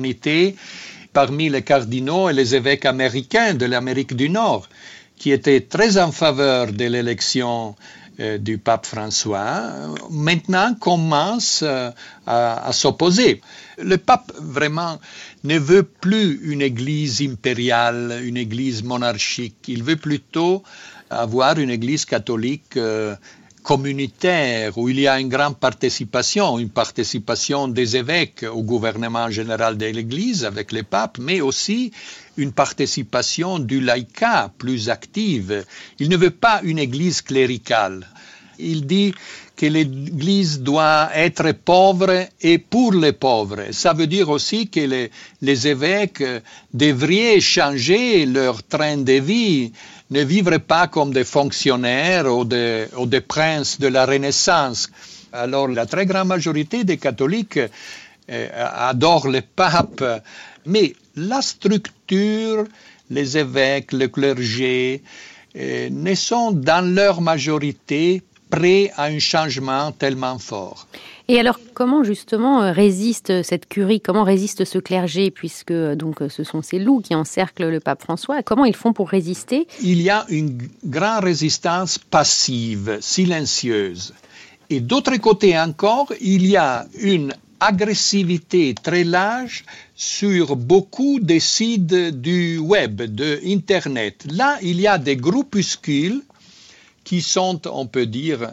Parmi les cardinaux et les évêques américains de l'Amérique du Nord, qui étaient très en faveur de l'élection euh, du pape François, maintenant commencent euh, à, à s'opposer. Le pape, vraiment, ne veut plus une église impériale, une église monarchique. Il veut plutôt avoir une église catholique euh, communautaire, où il y a une grande participation, une participation des évêques au gouvernement général de l'Église avec le pape, mais aussi une participation du laïcat plus active. Il ne veut pas une Église cléricale. Il dit que l'Église doit être pauvre et pour les pauvres. Ça veut dire aussi que les, les évêques devraient changer leur train de vie, ne vivre pas comme des fonctionnaires ou des, ou des princes de la Renaissance. Alors la très grande majorité des catholiques euh, adorent le pape, mais la structure, les évêques, le clergé, euh, ne sont dans leur majorité prêts à un changement tellement fort. Et alors, comment justement résiste cette curie, comment résiste ce clergé, puisque donc ce sont ces loups qui encerclent le pape François, comment ils font pour résister ? Il y a une grande résistance passive, silencieuse. Et d'autre côté encore, il y a une agressivité très large sur beaucoup des sites du web, de Internet. Là, il y a des groupuscules qui sont, on peut dire,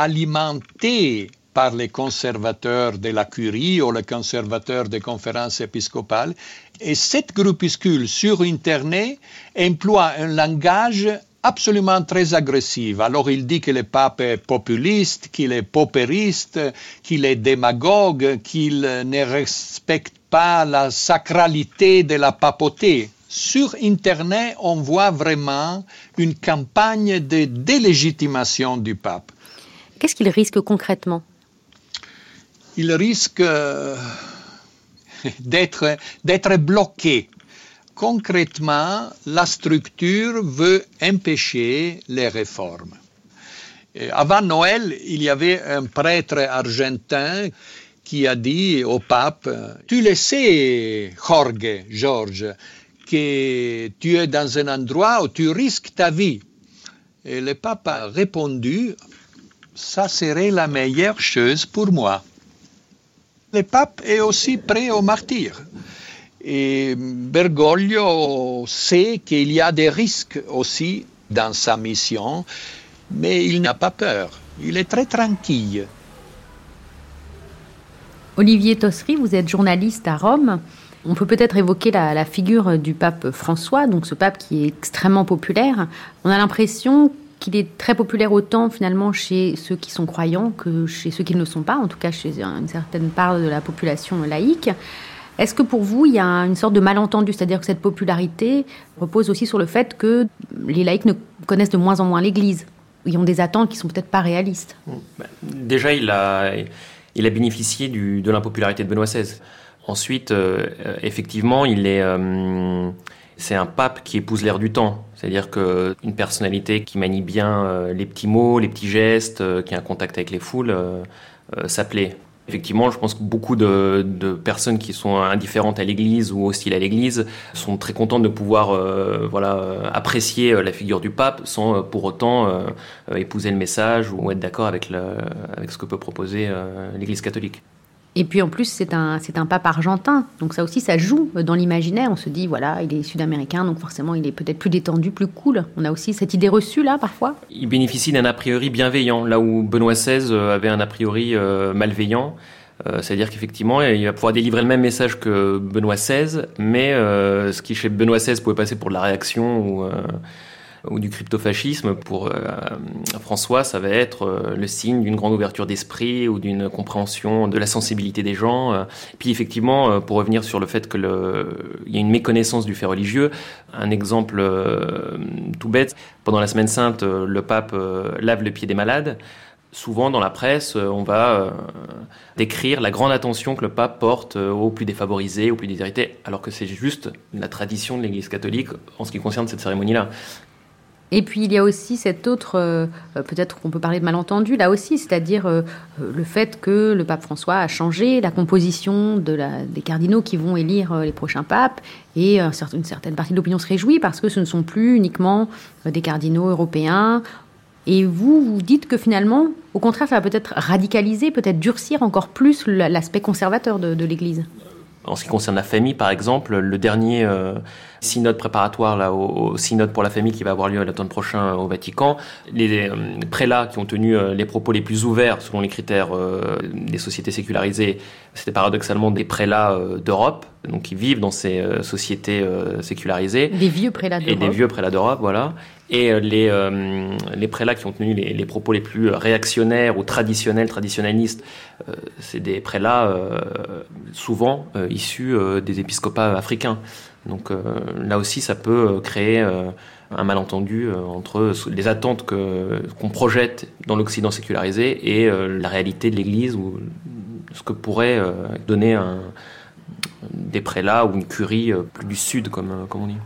alimentés par les conservateurs de la curie ou les conservateurs des conférences épiscopales. Et cette groupuscule sur Internet emploie un langage absolument très agressive. Alors il dit que le pape est populiste, qu'il est paupériste, qu'il est démagogue, qu'il ne respecte pas la sacralité de la papauté. Sur Internet, on voit vraiment une campagne de délégitimation du pape. Qu'est-ce qu'il risque concrètement ? Il risque d'être, d'être bloqué. Concrètement, la structure veut empêcher les réformes. Et avant Noël, il y avait un prêtre argentin qui a dit au pape « Tu le sais, Jorge, George, que tu es dans un endroit où tu risques ta vie. » Et le pape a répondu « Ça serait la meilleure chose pour moi. » Le pape est aussi prêt au martyre. Et Bergoglio sait qu'il y a des risques aussi dans sa mission, mais il n'a pas peur. Il est très tranquille. Olivier Tossery, vous êtes journaliste à Rome. On peut peut-être évoquer la, la figure du pape François, donc ce pape qui est extrêmement populaire. On a l'impression qu'il est très populaire autant finalement chez ceux qui sont croyants que chez ceux qui ne le sont pas, en tout cas chez une certaine part de la population laïque. Est-ce que pour vous, il y a une sorte de malentendu, c'est-à-dire que cette popularité repose aussi sur le fait que les laïcs ne connaissent de moins en moins l'Église, ils ont des attentes qui ne sont peut-être pas réalistes? Déjà, il a, il a bénéficié du, de l'impopularité de Benoît seize. Ensuite, euh, effectivement, il est, euh, c'est un pape qui épouse l'air du temps. C'est-à-dire qu'une personnalité qui manie bien euh, les petits mots, les petits gestes, euh, qui a un contact avec les foules, euh, euh, ça plaît. Effectivement, je pense que beaucoup de, de personnes qui sont indifférentes à l'Église ou hostiles à l'Église sont très contentes de pouvoir euh, voilà, euh, apprécier la figure du pape sans euh, pour autant euh, épouser le message ou être d'accord avec, le, avec ce que peut proposer euh, l'Église catholique. Et puis en plus, c'est un, c'est un pape argentin, donc ça aussi, ça joue dans l'imaginaire. On se dit, voilà, il est sud-américain, donc forcément, il est peut-être plus détendu, plus cool. On a aussi cette idée reçue, là, parfois. Il bénéficie d'un a priori bienveillant, là où Benoît seize avait un a priori euh, malveillant. Euh, c'est-à-dire qu'effectivement, il va pouvoir délivrer le même message que Benoît seize, mais euh, ce qui, chez Benoît seize, pouvait passer pour de la réaction ou... Euh, ou du cryptofascisme, pour euh, François, ça va être euh, le signe d'une grande ouverture d'esprit ou d'une compréhension de la sensibilité des gens. Euh. Puis effectivement, euh, pour revenir sur le fait qu'il y a une méconnaissance du fait religieux, un exemple euh, tout bête, pendant la Semaine Sainte, euh, le pape euh, lave le pied des malades. Souvent, dans la presse, euh, on va euh, décrire la grande attention que le pape porte euh, aux plus défavorisés, aux plus déshérités, alors que c'est juste la tradition de l'Église catholique en ce qui concerne cette cérémonie-là. Et puis il y a aussi cet autre, euh, peut-être qu'on peut parler de malentendu là aussi, c'est-à-dire euh, le fait que le pape François a changé la composition de la, des cardinaux qui vont élire euh, les prochains papes, et euh, une certaine partie de l'opinion se réjouit parce que ce ne sont plus uniquement euh, des cardinaux européens. Et vous, vous dites que finalement, au contraire, ça va peut-être radicaliser, peut-être durcir encore plus l'aspect conservateur de, de l'Église. En ce qui concerne la famille, par exemple, le dernier euh, synode préparatoire là, au, au synode pour la famille qui va avoir lieu à l'automne prochain au Vatican, les euh, prélats qui ont tenu euh, les propos les plus ouverts selon les critères euh, des sociétés sécularisées, c'était paradoxalement des prélats euh, d'Europe, donc qui vivent dans ces euh, sociétés euh, sécularisées. Des vieux prélats d'Europe. Et des vieux prélats d'Europe, voilà. Et euh, les, euh, les prélats qui ont tenu les, les propos les plus réactionnaires ou traditionnels, traditionnalistes, euh, c'est des prélats euh, souvent euh, issus euh, des épiscopats africains. Donc euh, là aussi, ça peut créer euh, un malentendu euh, entre les attentes que, qu'on projette dans l'Occident sécularisé et euh, la réalité de l'Église ou ce que pourrait euh, donner un, des prélats ou une curie euh, plus du Sud, comme, comme on dit.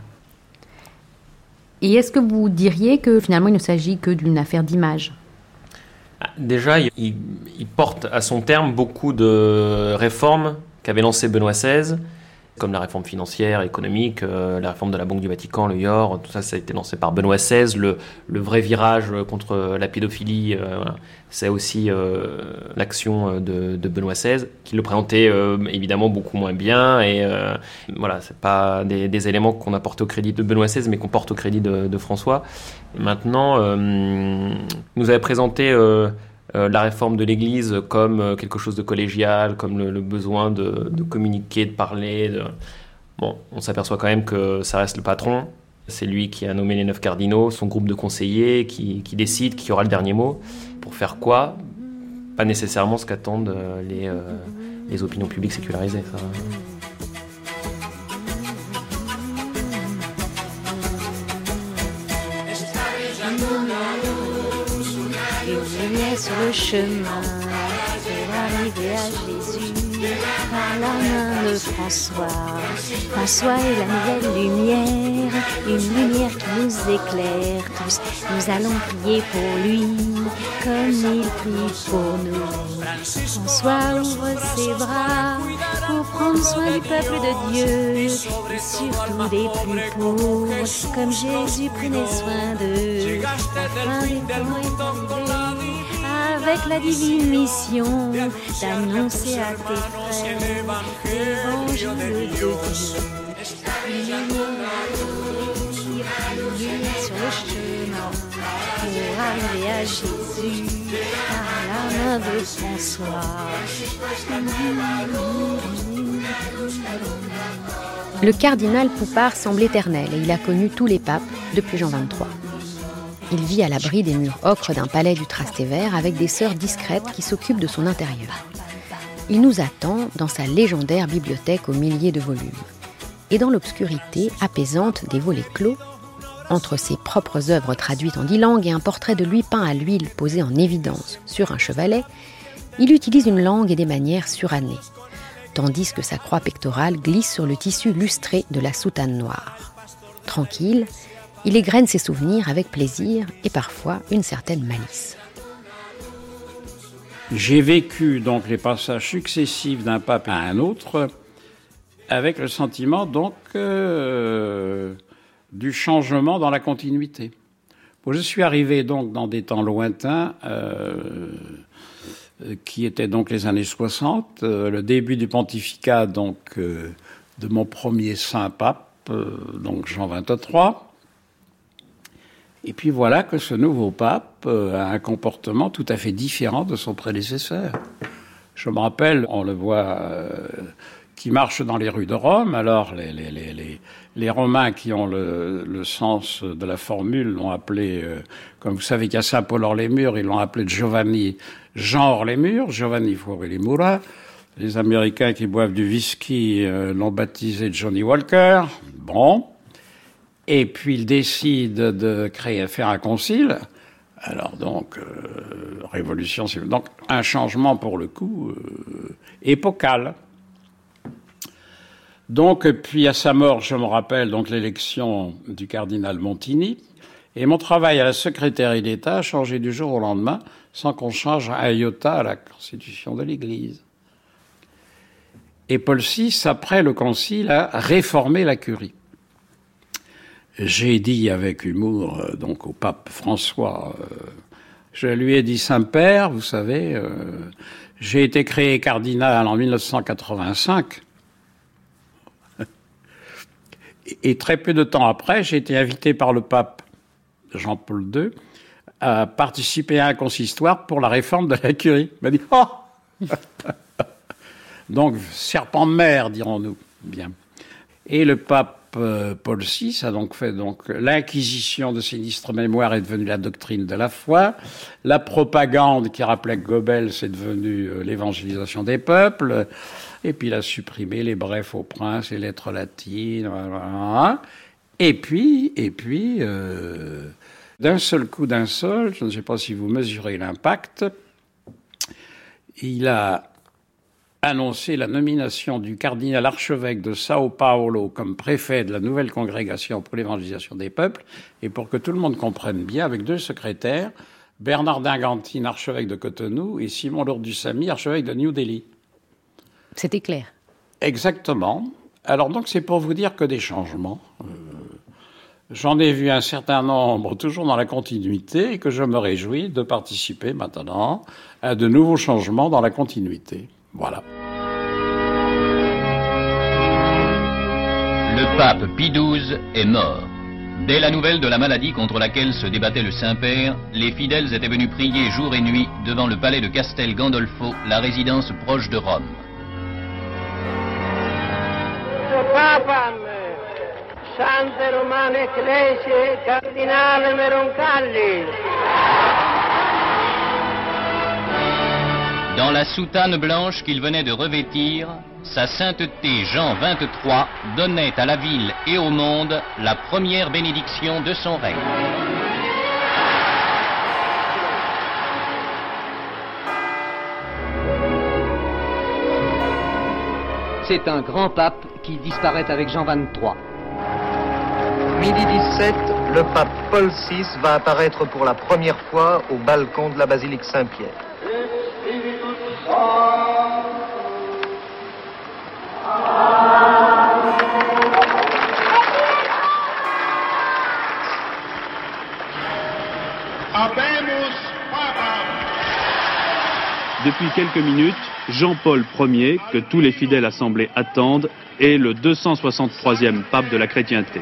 Et est-ce que vous diriez que finalement il ne s'agit que d'une affaire d'image ? Déjà, il, il porte à son terme beaucoup de réformes qu'avait lancées Benoît seize, comme la réforme financière, économique, euh, la réforme de la Banque du Vatican, le I O R, tout ça, ça a été lancé par Benoît seize. Le, le vrai virage contre la pédophilie, euh, voilà, c'est aussi euh, l'action de, de Benoît seize, qui le présentait euh, évidemment beaucoup moins bien. Et euh, voilà, c'est pas des, des éléments qu'on a portés au crédit de Benoît seize, mais qu'on porte au crédit de, de François. Et maintenant, euh, il nous avait présenté euh, euh, la réforme de l'Église comme euh, quelque chose de collégial, comme le, le besoin de, de communiquer, de parler. De... Bon, on s'aperçoit quand même que ça reste le patron. C'est lui qui a nommé les neuf cardinaux, son groupe de conseillers, qui, qui décide qui aura le dernier mot. Pour faire quoi? Pas nécessairement ce qu'attendent les, euh, les opinions publiques sécularisées. Ça. Une lumière sur le chemin pour arriver à Jésus. Par la main de François. François est la nouvelle lumière, une lumière qui nous éclaire tous. Nous allons prier pour lui, comme il prie pour nous. François ouvre ses bras pour prendre soin du peuple de Dieu, et surtout des plus pauvres, comme Jésus prenait soin d'eux. La fin des temps est arrivée, avec la divine mission d'annoncer à tes frères l'évangile de Dieu. Lumière sur le chemin pour arriver à Jésus par la main de François. Le cardinal Poupart semble éternel et il a connu tous les papes depuis Jean vingt-trois. Il vit à l'abri des murs ocre d'un palais du Trastevere avec des sœurs discrètes qui s'occupent de son intérieur. Il nous attend dans sa légendaire bibliothèque aux milliers de volumes. Et dans l'obscurité apaisante des volets clos, entre ses propres œuvres traduites en dix langues et un portrait de lui peint à l'huile posé en évidence sur un chevalet, il utilise une langue et des manières surannées, tandis que sa croix pectorale glisse sur le tissu lustré de la soutane noire. Tranquille, il égrène ses souvenirs avec plaisir et parfois une certaine malice. J'ai vécu donc les passages successifs d'un pape à un autre avec le sentiment donc euh, du changement dans la continuité. Bon, je suis arrivé donc dans des temps lointains euh, qui étaient donc les années soixante, euh, le début du pontificat donc euh, de mon premier saint pape, euh, donc Jean vingt-trois. Et puis voilà que ce nouveau pape a un comportement tout à fait différent de son prédécesseur. Je me rappelle, on le voit, euh, qui marche dans les rues de Rome. Alors les, les, les, les, les Romains qui ont le, le sens de la formule l'ont appelé, euh, comme vous savez qu'à Saint-Paul-Hors-les-Murs, ils l'ont appelé Giovanni Jean Hors-les-Murs, Giovanni Fuori les Mura. Les Américains qui boivent du whisky euh, l'ont baptisé Johnny Walker. Bon. Et puis il décide de créer, faire un concile. Alors donc, euh, révolution, c'est donc un changement pour le coup euh, épocal. Donc, puis à sa mort, je me rappelle donc l'élection du cardinal Montini. Et mon travail à la secrétaire d'État a changé du jour au lendemain, sans qu'on change un iota à la constitution de l'Église. Et Paul six, après le concile, a réformé la curie. J'ai dit avec humour euh, donc au pape François, euh, je lui ai dit Saint-Père, vous savez, euh, j'ai été créé cardinal en dix-neuf cent quatre-vingt-cinq et, et très peu de temps après, j'ai été invité par le pape Jean-Paul deux à participer à un consistoire pour la réforme de la curie. Il m'a dit oh donc serpent de mer, dirons-nous. Bien. Et le pape Euh, Paul six a donc fait donc l'inquisition de sinistre mémoire est devenue la doctrine de la foi, la propagande qui rappelait Goebbels c'est devenu euh, l'évangélisation des peuples, et puis il a supprimé les brefs aux princes, les lettres latines, voilà. et puis et puis euh, d'un seul coup d'un seul, je ne sais pas si vous mesurez l'impact, il a annoncé la nomination du cardinal archevêque de Sao Paulo comme préfet de la nouvelle congrégation pour l'évangélisation des peuples, et pour que tout le monde comprenne bien, avec deux secrétaires, Bernardin Gantine, archevêque de Cotonou, et Simon Lourdes-du-Samy, archevêque de New Delhi. C'était clair. Exactement. Alors donc c'est pour vous dire que des changements, euh, j'en ai vu un certain nombre, toujours dans la continuité, et que je me réjouis de participer maintenant à de nouveaux changements dans la continuité. Voilà. Le pape Pie douze est mort. Dès la nouvelle de la maladie contre laquelle se débattait le Saint-Père, les fidèles étaient venus prier jour et nuit devant le palais de Castel Gandolfo, la résidence proche de Rome. Papa, Sante Romane Ecclesiae, Cardinale Meroncalli. Dans la soutane blanche qu'il venait de revêtir, sa sainteté Jean vingt-trois donnait à la ville et au monde la première bénédiction de son règne. C'est un grand pape qui disparaît avec Jean vingt-trois. Midi dix-sept, le pape Paul six va apparaître pour la première fois au balcon de la basilique Saint-Pierre. Depuis quelques minutes, Jean-Paul Ier, que tous les fidèles assemblés attendent, est le deux cent soixante-troisième pape de la chrétienté.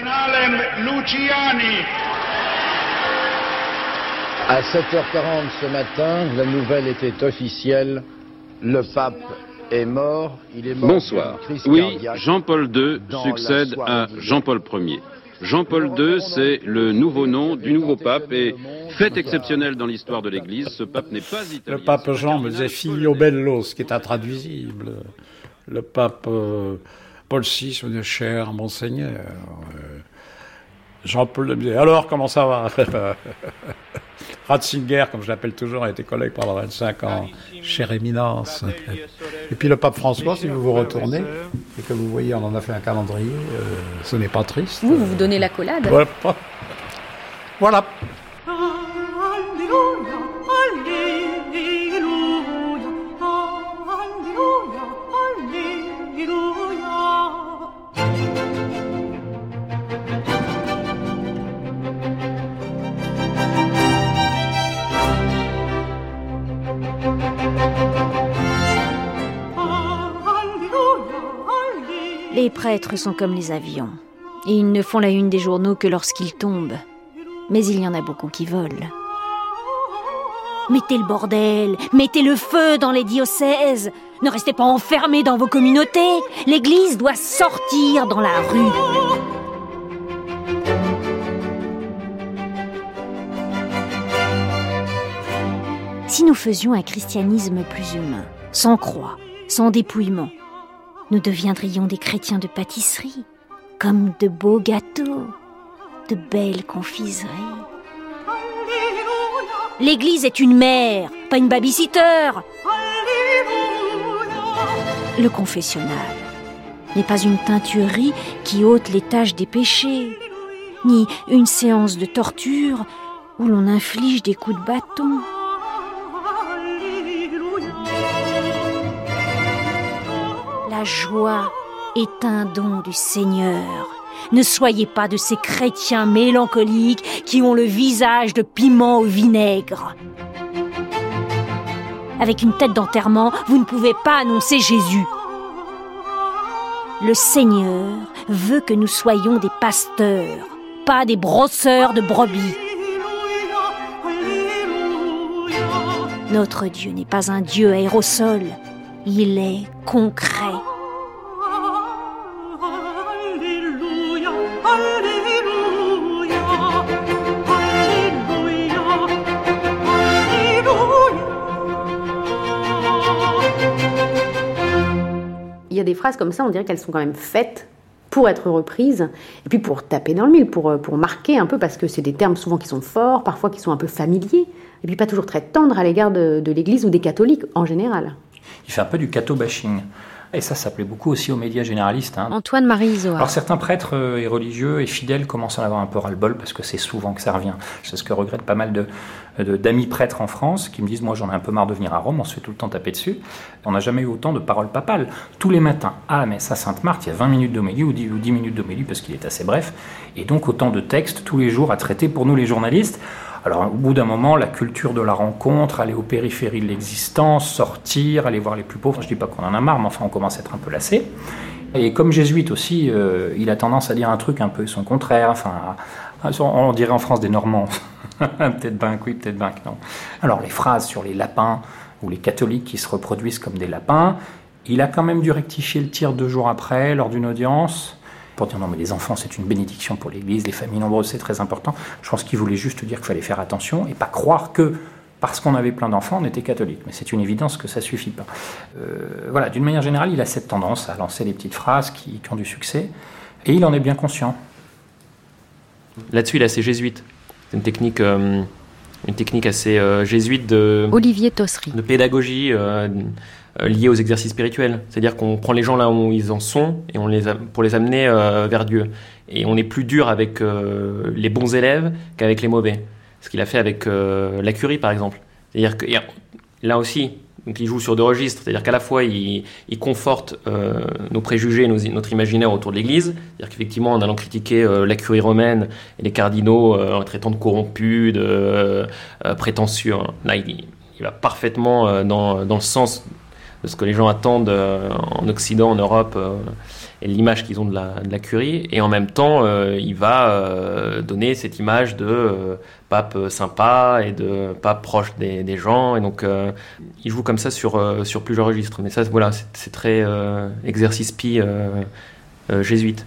À sept heures quarante ce matin, la nouvelle était officielle. Le pape est mort. Il est mort. Bonsoir. Oui, Jean-Paul deux succède à Jean-Paul Ier. Jean-Paul deux, c'est le nouveau nom du nouveau pape et fait exceptionnel dans l'histoire de l'Église, ce pape n'est pas italien. Le pape Jean me disait Figlio bello, ce qui est intraduisible. Le pape euh, Paul six me disait cher Monseigneur. Euh, Jean-Paul me disait alors comment ça va? Ratzinger, comme je l'appelle toujours, a été collègue pendant vingt-cinq ans, chère éminence. Et puis le pape François, si vous vous retournez, et que vous voyez, on en a fait un calendrier, euh, ce n'est pas triste. Vous, vous vous donnez l'accolade. Voilà. Voilà. Les prêtres sont comme les avions. Et ils ne font la une des journaux que lorsqu'ils tombent. Mais il y en a beaucoup qui volent. Mettez le bordel, mettez le feu dans les diocèses. Ne restez pas enfermés dans vos communautés. L'Église doit sortir dans la rue. Si nous faisions un christianisme plus humain, sans croix, sans dépouillement, nous deviendrions des chrétiens de pâtisserie, comme de beaux gâteaux, de belles confiseries. L'Église est une mère, pas une babysitter. Le confessionnal n'est pas une teinturerie qui ôte les taches des péchés, ni une séance de torture où l'on inflige des coups de bâton. La joie est un don du Seigneur. Ne soyez pas de ces chrétiens mélancoliques qui ont le visage de piment au vinaigre. Avec une tête d'enterrement, vous ne pouvez pas annoncer Jésus. Le Seigneur veut que nous soyons des pasteurs, pas des brosseurs de brebis. Notre Dieu n'est pas un Dieu aérosol, il est concret. Il y a des phrases comme ça, on dirait qu'elles sont quand même faites pour être reprises, et puis pour taper dans le mille, pour, pour marquer un peu, parce que c'est des termes souvent qui sont forts, parfois qui sont un peu familiers, et puis pas toujours très tendres à l'égard de, de l'Église ou des catholiques en général. Il fait un peu du catho-bashing. Et ça, ça plaît beaucoup aussi aux médias généralistes. Hein. Antoine-Marie Isoard. Alors certains prêtres euh, et religieux et fidèles commencent à en avoir un peu ras-le-bol parce que c'est souvent que ça revient. C'est ce que regrettent pas mal de, de, d'amis prêtres en France qui me disent « Moi, j'en ai un peu marre de venir à Rome, on se fait tout le temps taper dessus. » On n'a jamais eu autant de paroles papales. Tous les matins, à la messe à Sainte-Marthe, il y a vingt minutes d'homélie ou dix, ou dix minutes d'homélie parce qu'il est assez bref. Et donc autant de textes tous les jours à traiter pour nous les journalistes. Alors, au bout d'un moment, la culture de la rencontre, aller aux périphéries de l'existence, sortir, aller voir les plus pauvres, je ne dis pas qu'on en a marre, mais enfin, on commence à être un peu lassé. Et comme jésuite aussi, euh, il a tendance à dire un truc un peu son contraire, enfin, on dirait en France des Normands. Peut-être ben oui, peut-être ben non. Alors, les phrases sur les lapins, ou les catholiques qui se reproduisent comme des lapins, il a quand même dû rectifier le tir deux jours après, lors d'une audience. pour dire non mais les enfants c'est une bénédiction pour l'Église, les familles nombreuses c'est très important. Je pense qu'il voulait juste dire qu'il fallait faire attention et pas croire que parce qu'on avait plein d'enfants on était catholique. Mais c'est une évidence que ça suffit pas. Euh, voilà, d'une manière générale, il a cette tendance à lancer des petites phrases qui, qui ont du succès et il en est bien conscient. Là-dessus, il est assez jésuite. C'est une technique, euh, une technique assez euh, jésuite de, Olivier Tossery. de pédagogie euh, euh, liée aux exercices spirituels. C'est-à-dire qu'on prend les gens là où ils en sont et on les a, pour les amener euh, vers Dieu. Et on est plus dur avec euh, les bons élèves qu'avec les mauvais. Ce qu'il a fait avec euh, la Curie, par exemple. C'est-à-dire que là aussi, donc il joue sur deux registres. C'est-à-dire qu'à la fois, il, il conforte euh, nos préjugés, nos, notre imaginaire autour de l'Église. C'est-à-dire qu'effectivement, en allant critiquer euh, la Curie romaine et les cardinaux euh, en traitant de corrompus, de euh, prétentieux, hein. Là, il, il va parfaitement euh, dans, dans le sens de ce que les gens attendent euh, en Occident, en Europe, euh, et l'image qu'ils ont de la, de la Curie. Et en même temps, euh, il va euh, donner cette image de euh, pape sympa et de pape proche des, des gens. Et donc, euh, il joue comme ça sur, euh, sur plusieurs registres. Mais ça, voilà, c'est, c'est très euh, exercice pi euh, euh, jésuite.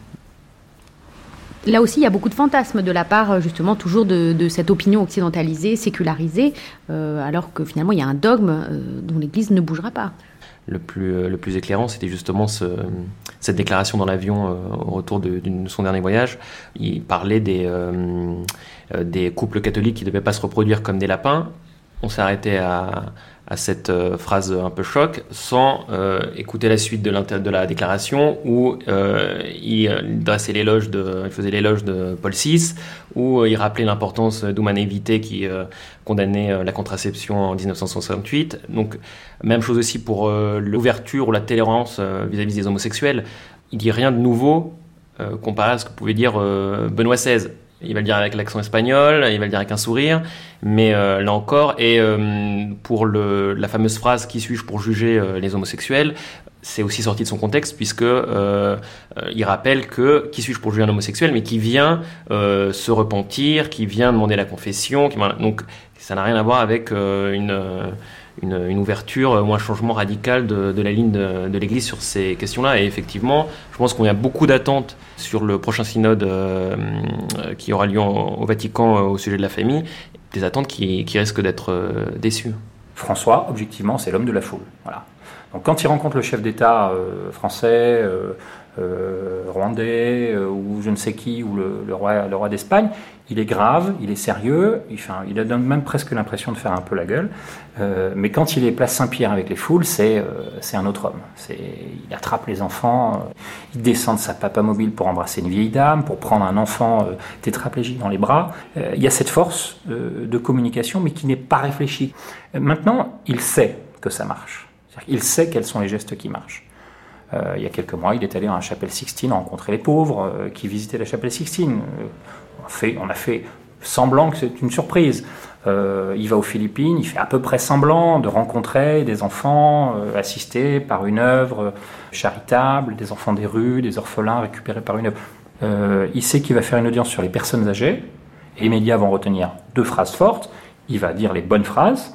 Là aussi, il y a beaucoup de fantasmes de la part, justement, toujours de, de cette opinion occidentalisée, sécularisée, euh, alors que finalement, il y a un dogme euh, dont l'Église ne bougera pas. Le plus, le plus éclairant, c'était justement ce, cette déclaration dans l'avion euh, au retour de, de son dernier voyage. Il parlait des, euh, des couples catholiques qui ne devaient pas se reproduire comme des lapins. On s'est arrêté à, à cette euh, phrase un peu choc, sans euh, écouter la suite de, de la déclaration où euh, il, il dressait l'éloge de, il faisait l'éloge de Paul six, où il rappelait l'importance d'Humanum Vitae qui euh, condamnait euh, la contraception en dix-neuf cent soixante-huit. Donc, même chose aussi pour euh, l'ouverture ou la tolérance euh, vis-à-vis des homosexuels. Il dit rien de nouveau euh, comparé à ce que pouvait dire euh, Benoît seize. Il va le dire avec l'accent espagnol, il va le dire avec un sourire, mais euh, là encore, et euh, pour le, la fameuse phrase « Qui suis-je pour juger euh, les homosexuels ?» c'est aussi sorti de son contexte, puisque euh, euh, il rappelle que « Qui suis-je pour juger un homosexuel ?» mais qui vient euh, se repentir, qui vient demander la confession, qui, voilà. Donc ça n'a rien à voir avec euh, une... Une, une ouverture ou un changement radical de, de la ligne de, de l'Église sur ces questions-là. Et effectivement, je pense qu'on a beaucoup d'attentes sur le prochain synode euh, qui aura lieu en, au Vatican euh, au sujet de la famille, des attentes qui, qui risquent d'être euh, déçues. François, objectivement, c'est l'homme de la foule. Voilà. Donc quand il rencontre le chef d'État euh, français, euh, euh, rwandais, euh, ou je ne sais qui, ou le, le, roi, le roi d'Espagne, il est grave, il est sérieux, il, fait un, il a même presque l'impression de faire un peu la gueule. Euh, mais quand il est place Saint-Pierre avec les foules, c'est, euh, c'est un autre homme. C'est, il attrape les enfants, euh, il descend de sa papamobile pour embrasser une vieille dame, pour prendre un enfant euh, tétraplégique dans les bras. Euh, il y a cette force euh, de communication, mais qui n'est pas réfléchie. Euh, maintenant, il sait que ça marche. Il sait quels sont les gestes qui marchent. Euh, il y a quelques mois, il est allé dans la chapelle Sixtine rencontrer les pauvres euh, qui visitaient la chapelle Sixtine. Euh, on, a fait, on a fait semblant que c'est une surprise. Euh, il va aux Philippines, il fait à peu près semblant de rencontrer des enfants euh, assistés par une œuvre charitable, des enfants des rues, des orphelins récupérés par une œuvre. Euh, il sait qu'il va faire une audience sur les personnes âgées, et les médias vont retenir deux phrases fortes. Il va dire les bonnes phrases,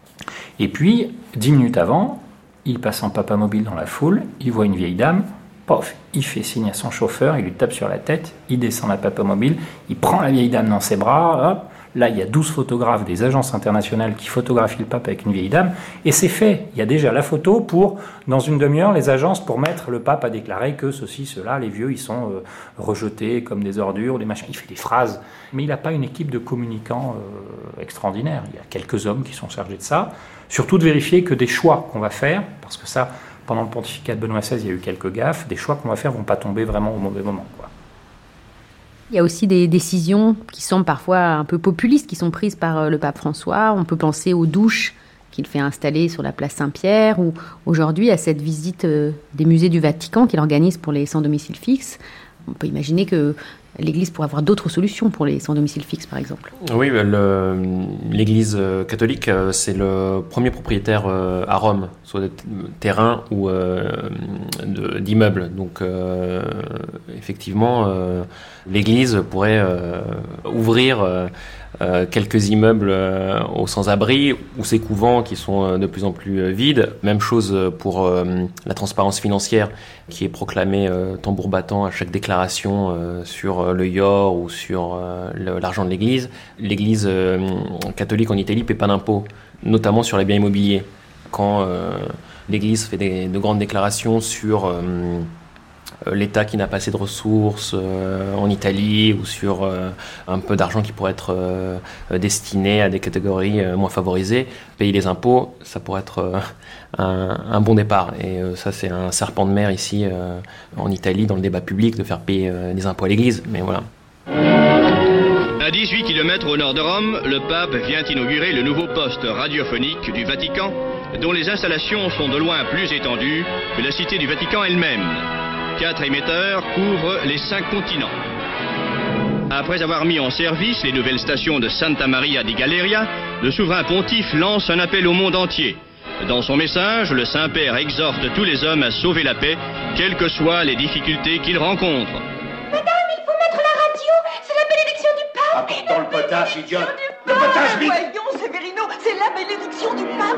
et puis, dix minutes avant, il passe en papamobile dans la foule, il voit une vieille dame, pof, il fait signe à son chauffeur, il lui tape sur la tête, il descend la papamobile, il prend la vieille dame dans ses bras, hop, là il y a douze photographes des agences internationales qui photographient le pape avec une vieille dame, et c'est fait, il y a déjà la photo pour, dans une demi-heure, les agences pour mettre le pape à déclarer que ceci, cela, les vieux, ils sont euh, rejetés comme des ordures, des machins, il fait des phrases, mais il n'a pas une équipe de communicants euh, extraordinaire, il y a quelques hommes qui sont chargés de ça, surtout de vérifier que des choix qu'on va faire, parce que ça, pendant le pontificat de Benoît seize, il y a eu quelques gaffes, des choix qu'on va faire ne vont pas tomber vraiment au mauvais moment, quoi. Il y a aussi des décisions qui semblent parfois un peu populistes, qui sont prises par le pape François. On peut penser aux douches qu'il fait installer sur la place Saint-Pierre, ou aujourd'hui à cette visite des musées du Vatican qu'il organise pour les sans domicile fixe. On peut imaginer que l'Église pourrait avoir d'autres solutions pour les sans domicile fixe, par exemple. Oui, le, l'Église catholique, c'est le premier propriétaire à Rome, soit de terrain ou euh, de, d'immeubles. Donc, euh, effectivement, euh, l'Église pourrait euh, ouvrir euh, euh, quelques immeubles euh, aux sans-abri ou ces couvents qui sont euh, de plus en plus euh, vides. Même chose pour euh, la transparence financière qui est proclamée euh, tambour battant à chaque déclaration euh, sur euh, le I O R ou sur euh, le, l'argent de l'Église. L'Église euh, catholique en Italie ne paie pas d'impôts, notamment sur les biens immobiliers. Quand euh, l'Église fait des, de grandes déclarations sur euh, l'État qui n'a pas assez de ressources euh, en Italie ou sur euh, un peu d'argent qui pourrait être euh, destiné à des catégories euh, moins favorisées, payer les impôts, ça pourrait être euh, un, un bon départ. Et euh, ça, c'est un serpent de mer ici euh, en Italie, dans le débat public, de faire payer euh, des impôts à l'Église. Mais voilà. À dix-huit kilomètres au nord de Rome, le pape vient inaugurer le nouveau poste radiophonique du Vatican, dont les installations sont de loin plus étendues que la cité du Vatican elle-même. Quatre émetteurs couvrent les cinq continents. Après avoir mis en service les nouvelles stations de Santa Maria di Galeria, le souverain pontife lance un appel au monde entier. Dans son message, le Saint-Père exhorte tous les hommes à sauver la paix, quelles que soient les difficultés qu'ils rencontrent. Madame, il faut mettre la radio, c'est la bénédiction du pape. Apportons le potage, idiote. Le potage, vite. Voyons, Severino, c'est la bénédiction du pape.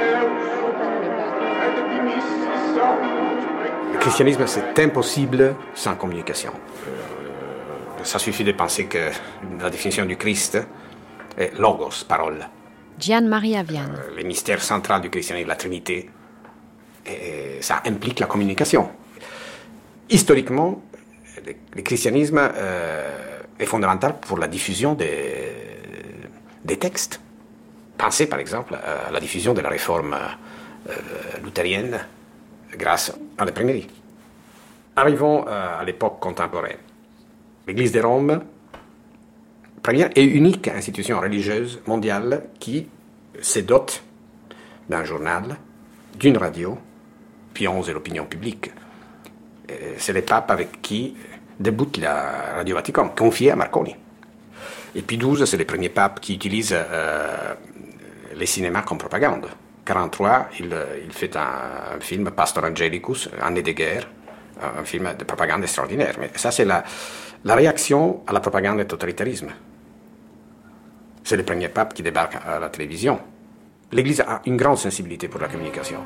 Le christianisme, c'est impossible sans communication. Ça suffit de penser que la définition du Christ est logos, parole. Gian Maria Vian. Le mystère central du christianisme, la Trinité, et ça implique la communication. Historiquement, le christianisme euh, est fondamental pour la diffusion des, des textes. Pensez par exemple à la diffusion de la réforme euh, luthérienne grâce à l'imprimerie. Arrivons à l'époque contemporaine. L'Église de Rome, première et unique institution religieuse mondiale qui se dote d'un journal, d'une radio, puis onze et l'opinion publique. C'est le pape avec qui débute la Radio Vatican, confiée à Marconi. Et puis douze, c'est le premier pape qui utilise euh, les cinémas comme propagande. quarante-trois, il, il fait un, un film, Pastor Angelicus, Année de guerre, un film de propagande extraordinaire. Mais ça, c'est la, la réaction à la propagande et au totalitarisme. C'est le premier pape qui débarque à la télévision. L'Église a une grande sensibilité pour la communication.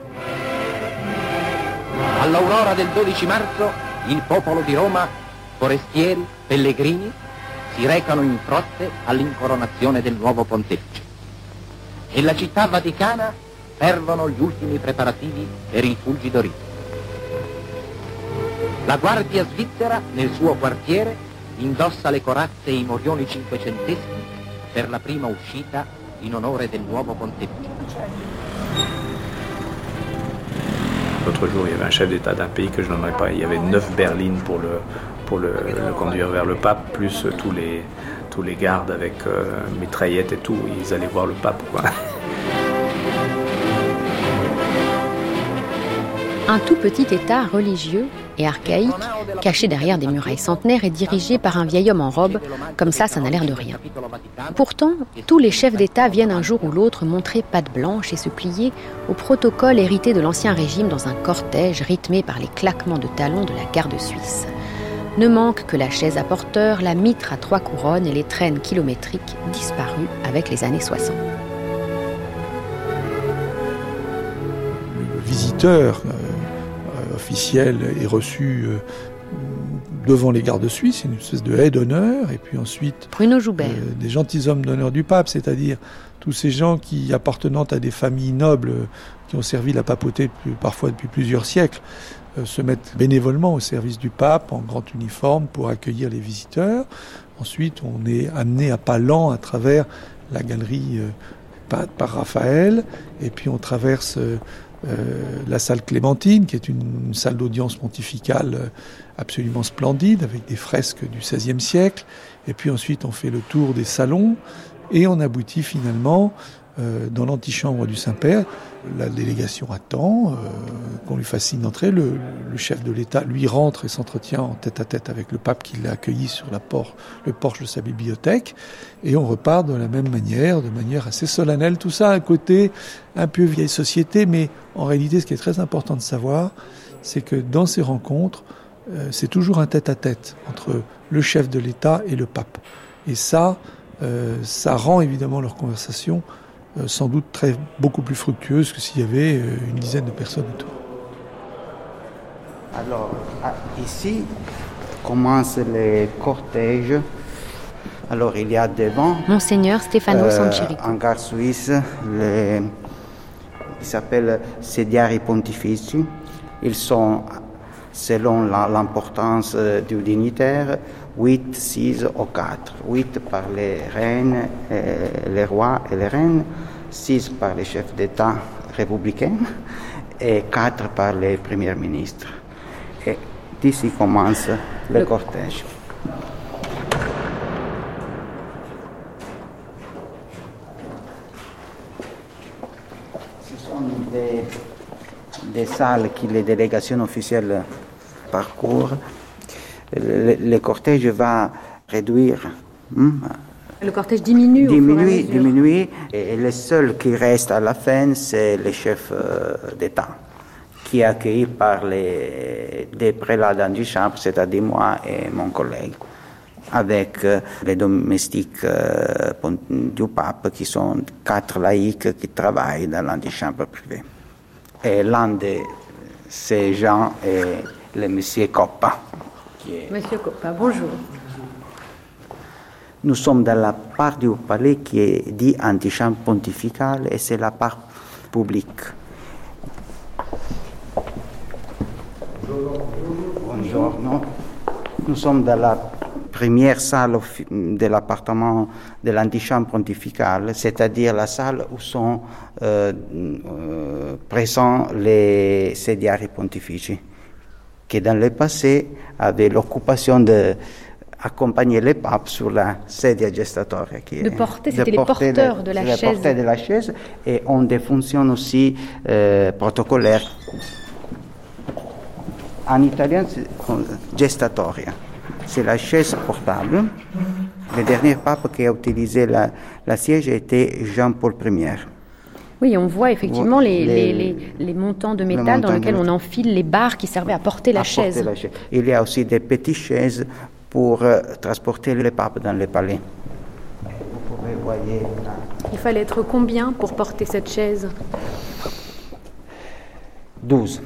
All'aurora del dodici marzo, il popolo di Roma, forestieri, pellegrini, si recano in frotte all'incoronazione del nuovo pontefice. Nella città vaticana fervono gli ultimi preparativi per il fulgido rito. La guardia svizzera, nel suo quartiere, indossa le corazze e i morioni cinquecenteschi per la prima uscita in onore del nuovo pontefice. L'autre jour, il y avait un chef d'État d'un pays que je nommerai pas. Il y avait neuf berlines pour le, pour le, le conduire vers le pape, plus tous les, tous les gardes avec euh, mitraillettes et tout. Ils allaient voir le pape, quoi. Un tout petit État religieux et archaïque, caché derrière des murailles centenaires et dirigé par un vieil homme en robe, comme ça, ça n'a l'air de rien. Pourtant, tous les chefs d'État viennent un jour ou l'autre montrer patte blanche et se plier au protocole hérité de l'Ancien Régime dans un cortège rythmé par les claquements de talons de la garde suisse. Ne manque que la chaise à porteur, la mitre à trois couronnes et les traînes kilométriques disparues avec les années soixante. Le visiteur euh, officiel est reçu euh, devant les gardes suisses, une espèce de haie d'honneur, et puis ensuite Bruno Joubert. Euh, des gentilshommes d'honneur du pape, c'est-à-dire tous ces gens qui, appartenant à des familles nobles, qui ont servi la papauté depuis, parfois depuis plusieurs siècles, euh, se mettent bénévolement au service du pape en grand uniforme pour accueillir les visiteurs. Ensuite, on est amené à pas lents à travers la galerie euh, peinte par Raphaël, et puis on traverse euh, Euh, la salle Clémentine, qui est une, une salle d'audience pontificale euh, absolument splendide, avec des fresques du seizième siècle. Et puis ensuite, on fait le tour des salons, et on aboutit finalement euh, dans l'antichambre du Saint-Père. La délégation attend euh, qu'on lui fasse signe d'entrée. Le, le chef de l'État, lui, rentre et s'entretient en tête-à-tête avec le pape qui l'a accueilli sur la por- le porche de sa bibliothèque. Et on repart de la même manière, de manière assez solennelle. Tout ça à un côté un peu vieille société, mais en réalité, ce qui est très important de savoir, c'est que dans ces rencontres, euh, c'est toujours un tête-à-tête entre le chef de l'État et le pape. Et ça, euh, ça rend évidemment leur conversation euh, sans doute très, beaucoup plus fructueuse que s'il y avait euh, une dizaine de personnes autour. Alors, ici commence le cortège. Alors, il y a devant... Monseigneur Stefano euh, Sanchirico. En gare suisse, le, il s'appelle Sediari Pontifici. Ils sont, selon la, l'importance du dignitaire, huit, six ou quatre. huit par les reines, euh, les rois et les reines, six par les chefs d'État républicains et quatre par les premiers ministres. Et d'ici commence le, le cortège. Ce sont des, des salles que les délégations officielles parcourent. Le, le cortège va réduire. Hein? Le cortège diminue au diminue, fur et à mesure. Diminue, et le seul qui reste à la fin, c'est le chef d'État, qui est accueilli par les, des prélats d'antichambre, c'est-à-dire moi et mon collègue, avec euh, les domestiques euh, du pape, qui sont quatre laïcs qui travaillent dans l'antichambre privée. Et l'un de ces gens est le monsieur Coppa. Qui est... Monsieur Coppa, bonjour. Nous sommes dans la part du palais qui est dit antichambre pontificale et c'est la part publique. Buongiorno. Nous sommes dans la première salle de l'appartement de l'antichambre pontificale, c'est-à-dire la salle où sont euh, euh, présents les sediari pontifici, qui dans le passé avaient l'occupation de accompagner les papes sur la sedia gestatoria. Qui de est, porter, c'était de les porteurs le, de la les chaise. porteurs de la chaise et ont des fonctions aussi euh, protocolaires. En italien, c'est gestatoria. C'est la chaise portable. Le dernier pape qui a utilisé la, la siège était Jean-Paul Ier. Oui, on voit effectivement les, les, les, les, les montants de métal dans lesquels on enfile les barres qui servaient à porter la, à chaise. porter la chaise. Il y a aussi des petites chaises pour euh, transporter les papes dans le palais. Vous pouvez voir là. Il fallait être combien pour porter cette chaise? douze.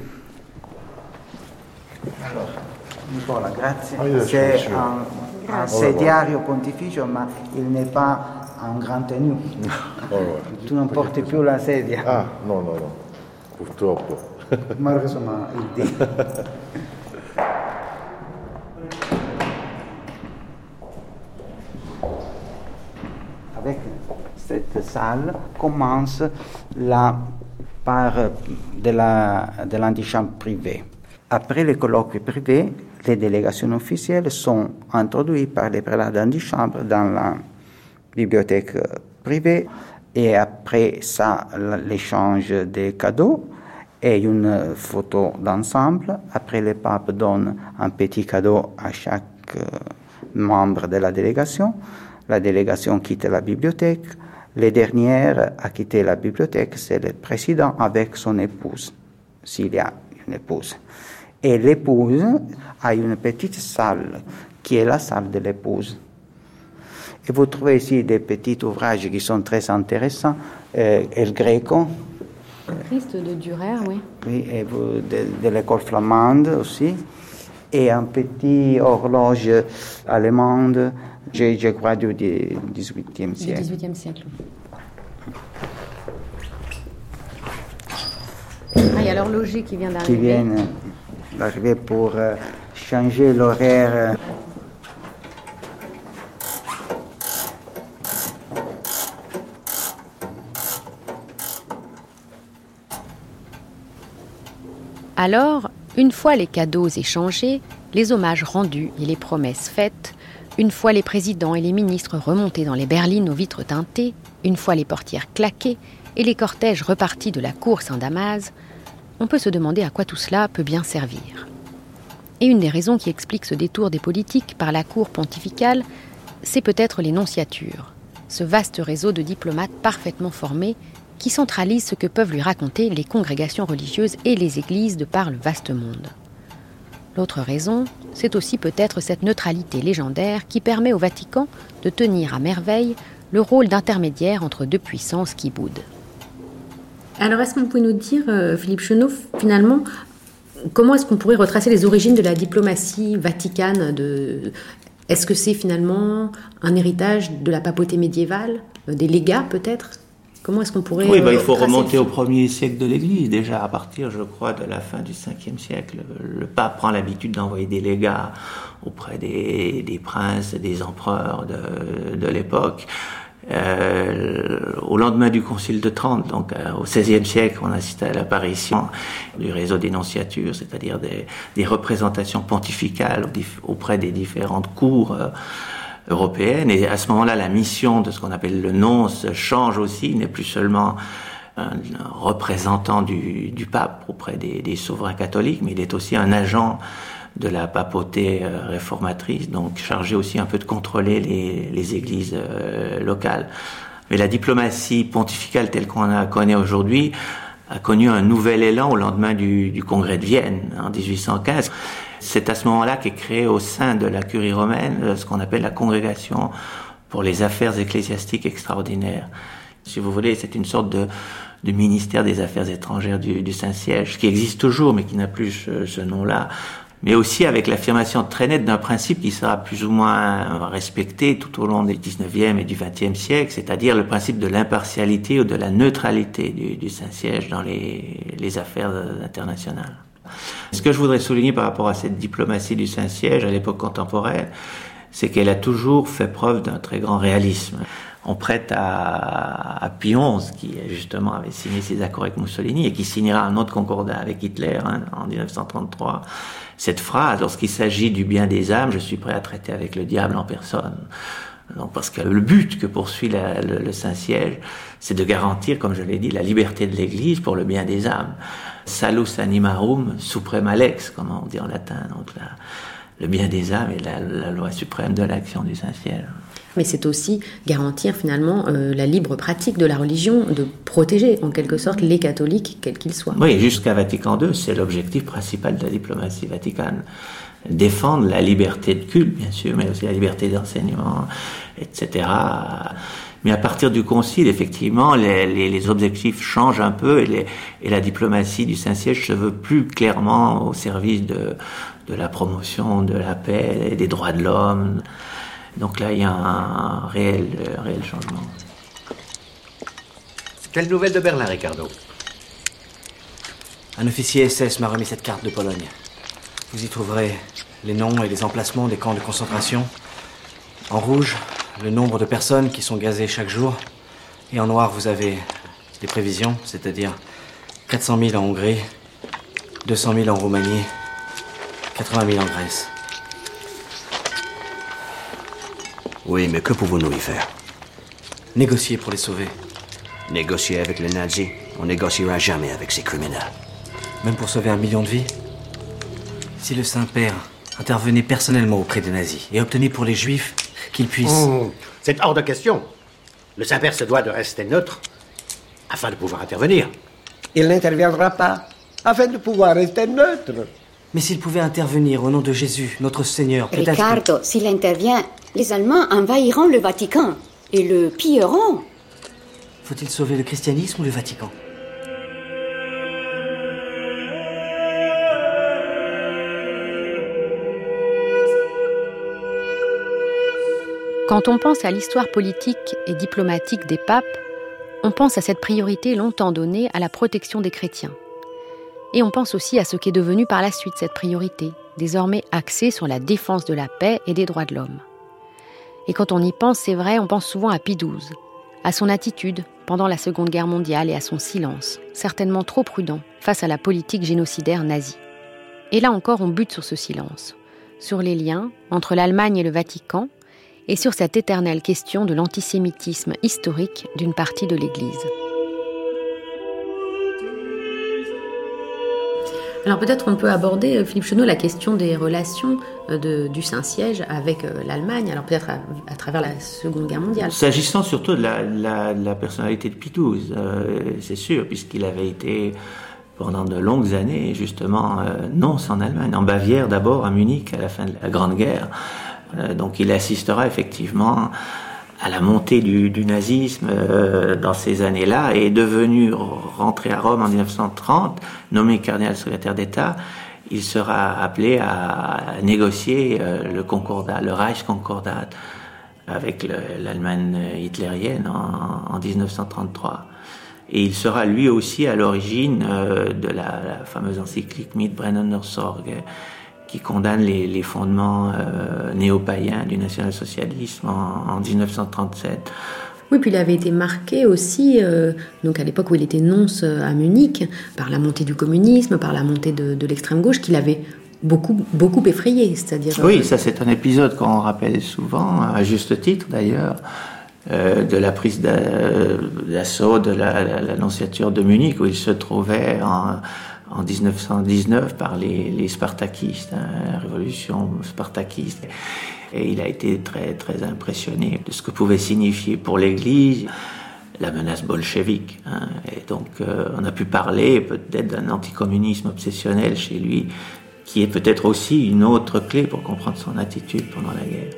Alors, Nicola, grazie. C'est un, un sediario pontificio, ma il n'est pas en grand tenue. Oh, tu non porti più la sedia. Ah, no, no, no. Purtroppo. Ma insomma, il dit. Avec cette salle commence la part de, la, de l'antichambre privée. Après les colloques privés, les délégations officielles sont introduites par les prélats d'antichambre dans la bibliothèque privée. Et après ça, l'échange des cadeaux et une photo d'ensemble. Après, le pape donne un petit cadeau à chaque membre de la délégation. La délégation quitte la bibliothèque. Les dernières à quitter la bibliothèque, c'est le président avec son épouse, s'il y a une épouse. Et l'épouse a une petite salle qui est la salle de l'épouse. Et vous trouvez ici des petits ouvrages qui sont très intéressants. Euh, El Greco. Le Christ de Dürer, oui. Oui, et vous, de, de l'école flamande aussi. Et un petit horloge allemande, je, je crois, du dix-huitième siècle. Du dix-huitième siècle. Ah, il y a l'horloger qui vient d'arriver. Qui vient d'arriver pour euh, changer l'horaire. Alors, une fois les cadeaux échangés, les hommages rendus et les promesses faites, une fois les présidents et les ministres remontés dans les berlines aux vitres teintées, une fois les portières claquées et les cortèges repartis de la cour Saint-Damas, on peut se demander à quoi tout cela peut bien servir. Et une des raisons qui explique ce détour des politiques par la cour pontificale, c'est peut-être les nonciatures, ce vaste réseau de diplomates parfaitement formés qui centralise ce que peuvent lui raconter les congrégations religieuses et les églises de par le vaste monde. L'autre raison, c'est aussi peut-être cette neutralité légendaire qui permet au Vatican de tenir à merveille le rôle d'intermédiaire entre deux puissances qui boudent. Alors, est-ce que vous pouvez nous dire, euh, Philippe Chenot, finalement, comment est-ce qu'on pourrait retracer les origines de la diplomatie vaticane de... Est-ce que c'est finalement un héritage de la papauté médiévale, euh, des légats peut-être ? Comment est-ce qu'on pourrait... Oui, bah, il faut remonter au premier siècle de l'Église. Déjà, à partir, je crois, de la fin du cinquième siècle, le pape prend l'habitude d'envoyer des légats auprès des, des princes et des empereurs de, de l'époque. Euh, au lendemain du Concile de Trente, donc euh, au seizième siècle, on assiste à l'apparition du réseau des nonciatures, c'est-à-dire des, des représentations pontificales auprès des différentes cours euh, européennes. Et à ce moment-là, la mission de ce qu'on appelle le nonce change aussi. Il n'est plus seulement un représentant du, du pape auprès des, des souverains catholiques, mais il est aussi un agent de la papauté euh, réformatrice, donc chargé aussi un peu de contrôler les, les églises euh, locales. Mais la diplomatie pontificale telle qu'on la connaît aujourd'hui a connu un nouvel élan au lendemain du, du congrès de Vienne en dix-huit cent quinze. C'est à ce moment-là qu'est créé au sein de la curie romaine ce qu'on appelle la congrégation pour les affaires ecclésiastiques extraordinaires. Si vous voulez, c'est une sorte de, de ministère des Affaires étrangères du, du Saint-Siège, qui existe toujours mais qui n'a plus ce, ce nom-là, mais aussi avec l'affirmation très nette d'un principe qui sera plus ou moins respecté tout au long du dix-neuvième et du vingtième siècle, c'est-à-dire le principe de l'impartialité ou de la neutralité du, du Saint-Siège dans les, les affaires internationales. Ce que je voudrais souligner par rapport à cette diplomatie du Saint-Siège à l'époque contemporaine, c'est qu'elle a toujours fait preuve d'un très grand réalisme. On prête à, à Pie onze, qui justement avait signé ses accords avec Mussolini et qui signera un autre concordat avec Hitler hein, en dix-neuf cent trente-trois, cette phrase: lorsqu'il s'agit du bien des âmes, je suis prêt à traiter avec le diable en personne. Donc, parce que le but que poursuit la, le, le Saint-Siège, c'est de garantir, comme je l'ai dit, la liberté de l'Église pour le bien des âmes. Salus animarum suprema lex, comme on dit en latin. Donc, la, le bien des âmes est la, la loi suprême de l'action du Saint-Siège. Mais c'est aussi garantir finalement euh, la libre pratique de la religion, de protéger en quelque sorte les catholiques, quels qu'ils soient. Oui, jusqu'à Vatican deux, c'est l'objectif principal de la diplomatie vaticane. Défendre la liberté de culte, bien sûr, mais aussi la liberté d'enseignement, et cetera. Mais à partir du Concile, effectivement, les, les, les objectifs changent un peu et, les, et la diplomatie du Saint-Siège se veut plus clairement au service de, de la promotion de la paix et des droits de l'homme. Donc là, il y a un réel, un réel changement. Quelle nouvelle de Berlin, Ricardo? Un officier S S m'a remis cette carte de Pologne. Vous y trouverez les noms et les emplacements des camps de concentration. En rouge, le nombre de personnes qui sont gazées chaque jour. Et en noir, vous avez les prévisions, c'est-à-dire quatre cent mille en Hongrie, deux cent mille en Roumanie, quatre-vingt mille en Grèce. Oui, mais que pouvons-nous y faire? Négocier pour les sauver. Négocier avec les nazis? On négociera jamais avec ces criminels. Même pour sauver un million de vies? Si le Saint-Père intervenait personnellement auprès des nazis et obtenait pour les Juifs qu'ils puissent... Mmh, c'est hors de question. Le Saint-Père se doit de rester neutre afin de pouvoir intervenir. Il n'interviendra pas afin de pouvoir rester neutre. Mais s'il pouvait intervenir au nom de Jésus, notre Seigneur, peut-être... Ricardo, s'il intervient, les Allemands envahiront le Vatican et le pilleront. Faut-il sauver le christianisme ou le Vatican? Quand on pense à l'histoire politique et diplomatique des papes, on pense à cette priorité longtemps donnée à la protection des chrétiens. Et on pense aussi à ce qu'est devenu par la suite cette priorité, désormais axée sur la défense de la paix et des droits de l'homme. Et quand on y pense, c'est vrai, on pense souvent à Pie douze, à son attitude pendant la Seconde Guerre mondiale et à son silence, certainement trop prudent face à la politique génocidaire nazie. Et là encore, on bute sur ce silence, sur les liens entre l'Allemagne et le Vatican, et sur cette éternelle question de l'antisémitisme historique d'une partie de l'Église. Alors peut-être on peut aborder, Philippe Chenot, la question des relations de, du Saint-Siège avec l'Allemagne, alors peut-être à, à travers la Seconde Guerre mondiale. S'agissant surtout de la, la, la personnalité de Pie douze, euh, c'est sûr, puisqu'il avait été pendant de longues années, justement, euh, nonce en Allemagne, en Bavière d'abord, à Munich, à la fin de la Grande Guerre. Euh, donc il assistera effectivement à la montée du, du nazisme euh, dans ces années-là, et est devenu, rentré à Rome en dix-neuf cent trente, nommé cardinal secrétaire d'État. Il sera appelé à, à négocier euh, le concordat, le Reichskonkordat, avec le, l'Allemagne hitlérienne en, en dix-neuf cent trente-trois. Et il sera lui aussi à l'origine euh, de la, la fameuse encyclique Mitbrenner Sorge, qui condamne les, les fondements euh, néo-païens du national-socialisme en, en dix-neuf cent trente-sept. Oui, puis il avait été marqué aussi, euh, donc à l'époque où il était nonce à Munich, par la montée du communisme, par la montée de, de l'extrême gauche, qu'il avait beaucoup, beaucoup effrayé. C'est-à-dire, oui, euh, ça c'est un épisode qu'on rappelle souvent, à juste titre d'ailleurs, euh, de la prise d'assaut de la, la, l'annonciature de Munich, où il se trouvait en... en dix-neuf cent dix-neuf par les, les spartakistes, hein, la révolution spartakiste. Et il a été très, très impressionné de ce que pouvait signifier pour l'Église la menace bolchevique. Hein. Et donc, euh, on a pu parler peut-être d'un anticommunisme obsessionnel chez lui, qui est peut-être aussi une autre clé pour comprendre son attitude pendant la guerre.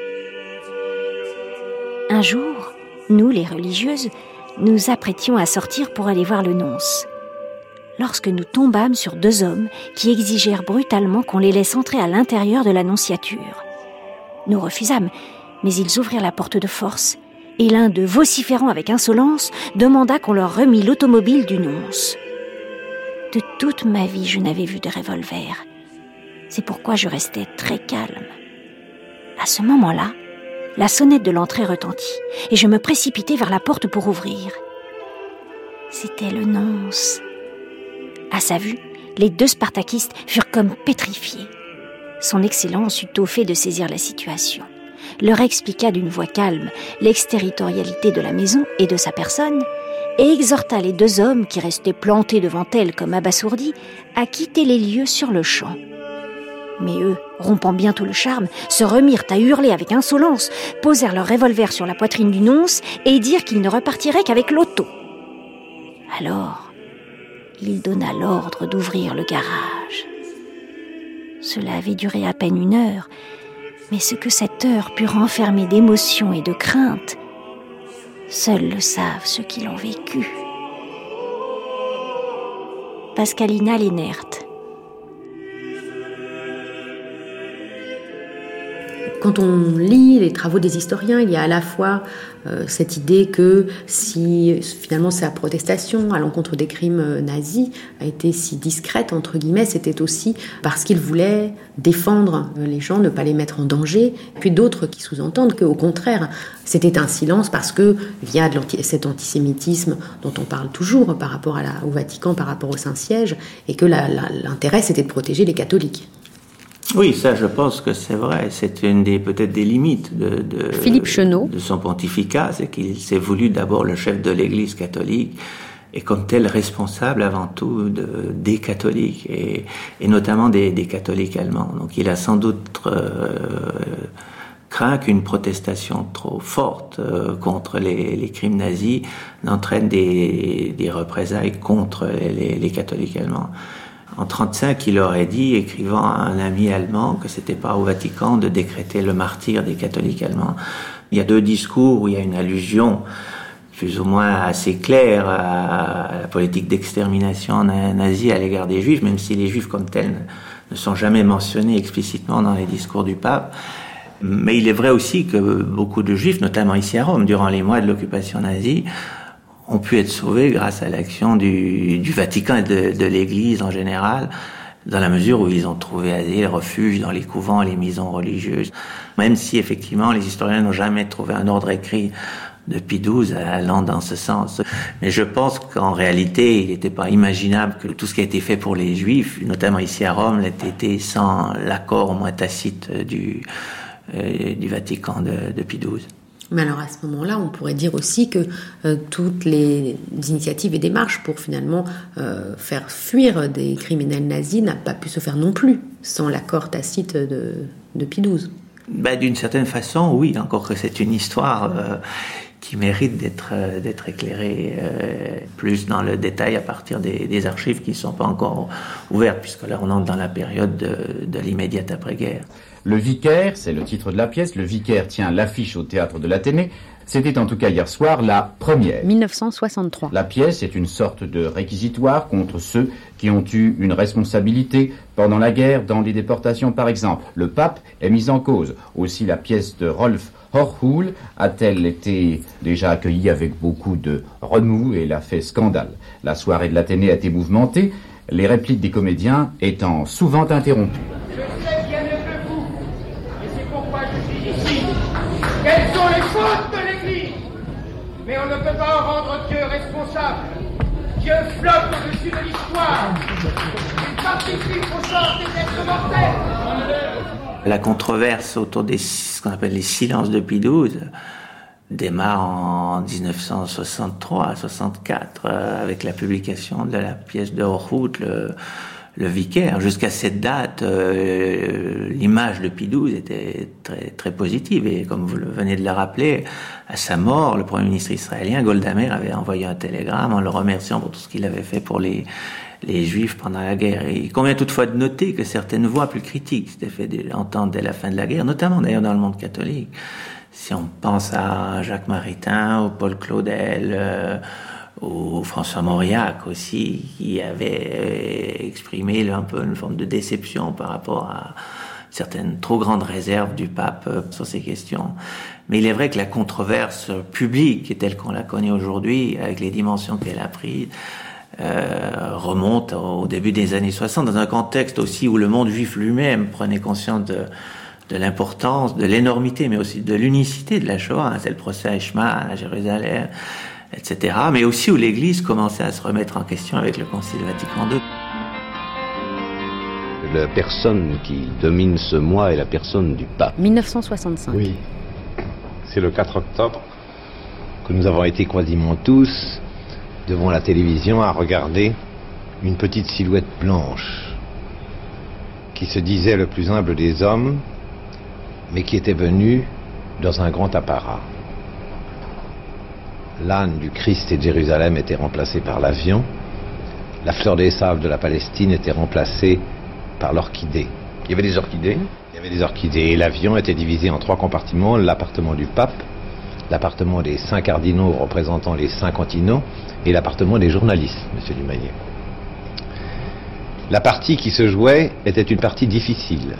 Un jour, nous, les religieuses, nous apprêtions à sortir pour aller voir le nonce, lorsque nous tombâmes sur deux hommes qui exigèrent brutalement qu'on les laisse entrer à l'intérieur de l'annonciature. Nous refusâmes, mais ils ouvrirent la porte de force, et l'un d'eux, vociférant avec insolence, demanda qu'on leur remît l'automobile du nonce. De toute ma vie, je n'avais vu de revolver. C'est pourquoi je restais très calme. À ce moment-là, la sonnette de l'entrée retentit, et je me précipitai vers la porte pour ouvrir. C'était le nonce. À sa vue, les deux spartakistes furent comme pétrifiés. Son Excellence eut tôt fait de saisir la situation, leur expliqua d'une voix calme l'exterritorialité de la maison et de sa personne, et exhorta les deux hommes qui restaient plantés devant elle comme abasourdis à quitter les lieux sur le champ. Mais eux, rompant bientôt le charme, se remirent à hurler avec insolence, posèrent leur revolver sur la poitrine du nonce et dirent qu'ils ne repartiraient qu'avec l'auto. Alors, il donna l'ordre d'ouvrir le garage. Cela avait duré à peine une heure, mais ce que cette heure put renfermer d'émotion et de crainte, seuls le savent ceux qui l'ont vécu. Pascalina Lénert. Quand on lit les travaux des historiens, il y a à la fois euh, cette idée que si finalement sa protestation à l'encontre des crimes nazis a été si discrète, entre guillemets, c'était aussi parce qu'il voulait défendre les gens, ne pas les mettre en danger, puis d'autres qui sous-entendent qu'au contraire, c'était un silence parce que, via de l'anti- cet antisémitisme dont on parle toujours par rapport à la, au Vatican, par rapport au Saint-Siège, et que la, la, l'intérêt c'était de protéger les catholiques. Oui, ça, je pense que c'est vrai. C'est une des peut-être des limites de, de Philippe Chenot. de son pontificat, c'est qu'il s'est voulu d'abord le chef de l'Église catholique et comme tel responsable avant tout de, des catholiques et, et notamment des, des catholiques allemands. Donc, il a sans doute euh, craint qu'une protestation trop forte euh, contre les, les crimes nazis n'entraîne des, des représailles contre les, les catholiques allemands. En trente-cinq, il aurait dit, écrivant à un ami allemand, que c'était pas au Vatican de décréter le martyre des catholiques allemands. Il y a deux discours où il y a une allusion plus ou moins assez claire à la politique d'extermination nazie à l'égard des Juifs, même si les Juifs comme tels ne sont jamais mentionnés explicitement dans les discours du pape. Mais il est vrai aussi que beaucoup de Juifs, notamment ici à Rome, durant les mois de l'occupation nazie, ont pu être sauvés grâce à l'action du, du Vatican et de, de l'Église en général, dans la mesure où ils ont trouvé asile, refuge dans les couvents et les maisons religieuses. Même si, effectivement, les historiens n'ont jamais trouvé un ordre écrit de Pie douze allant dans ce sens. Mais je pense qu'en réalité, il n'était pas imaginable que tout ce qui a été fait pour les Juifs, notamment ici à Rome, l'ait été sans l'accord au moins tacite du, euh, du Vatican de, de Pie douze. Mais alors à ce moment-là, on pourrait dire aussi que euh, toutes les initiatives et démarches pour finalement euh, faire fuir des criminels nazis n'a pas pu se faire non plus sans l'accord tacite de, de Pie douze. Ben, d'une certaine façon, oui, encore que c'est une histoire euh, qui mérite d'être, d'être éclairé euh, plus dans le détail à partir des, des archives qui ne sont pas encore ouvertes, puisque là on entre dans la période de, de l'immédiate après-guerre. Le vicaire, c'est le titre de la pièce, le vicaire tient l'affiche au théâtre de l'Athénée. C'était en tout cas hier soir la première. mille neuf cent soixante-trois. La pièce est une sorte de réquisitoire contre ceux qui ont eu une responsabilité pendant la guerre, dans les déportations par exemple. Le pape est mis en cause. Aussi la pièce de Rolf Hochhuhl a-t-elle été déjà accueillie avec beaucoup de remous et l'a fait scandale. La soirée de l'Athénée a été mouvementée, les répliques des comédiens étant souvent interrompues. Je sais bien mieux que vous, et c'est pourquoi je suis ici. Quelles sont les fautes de l'Église? Mais on ne peut pas en rendre Dieu responsable. Dieu flotte au-dessus de l'histoire. Il participe au sort des êtres mortels. La controverse autour des ce qu'on appelle les silences de Pie douze démarre en dix-neuf cent soixante-trois soixante-quatre euh, avec la publication de la pièce de Hochhuth, le, le vicaire. Jusqu'à cette date, euh, l'image de Pie douze était très, très positive. Et comme vous le venez de le rappeler, à sa mort, le Premier ministre israélien, Golda Meir, avait envoyé un télégramme en le remerciant pour tout ce qu'il avait fait pour les, les Juifs pendant la guerre. Et il convient toutefois de noter que certaines voix plus critiques s'étaient fait entendre dès la fin de la guerre, notamment d'ailleurs dans le monde catholique. Si on pense à Jacques Maritain, au Paul Claudel, euh, au François Mauriac aussi, qui avait exprimé un peu une forme de déception par rapport à certaines trop grandes réserves du pape sur ces questions. Mais il est vrai que la controverse publique, telle qu'on la connaît aujourd'hui, avec les dimensions qu'elle a prises, euh, remonte au début des années soixante, dans un contexte aussi où le monde juif lui-même prenait conscience de de l'importance, de l'énormité, mais aussi de l'unicité de la Shoah. Hein, c'est le procès à Eichmann, à Jérusalem, et cetera. Mais aussi où l'Église commençait à se remettre en question avec le Concile Vatican deux. La personne qui domine ce mois est la personne du pape. mille neuf cent soixante-cinq. Oui. C'est le quatre octobre que nous avons été quasiment tous devant la télévision à regarder une petite silhouette blanche qui se disait le plus humble des hommes, mais qui était venu dans un grand apparat. L'âne du Christ et de Jérusalem était remplacé par l'avion, la fleur des sables de la Palestine était remplacée par l'orchidée. Il y avait des orchidées Il y avait des orchidées, et l'avion était divisé en trois compartiments, l'appartement du pape, l'appartement des cinq cardinaux représentant les cinq continents, et l'appartement des journalistes, monsieur Dumayet. La partie qui se jouait était une partie difficile,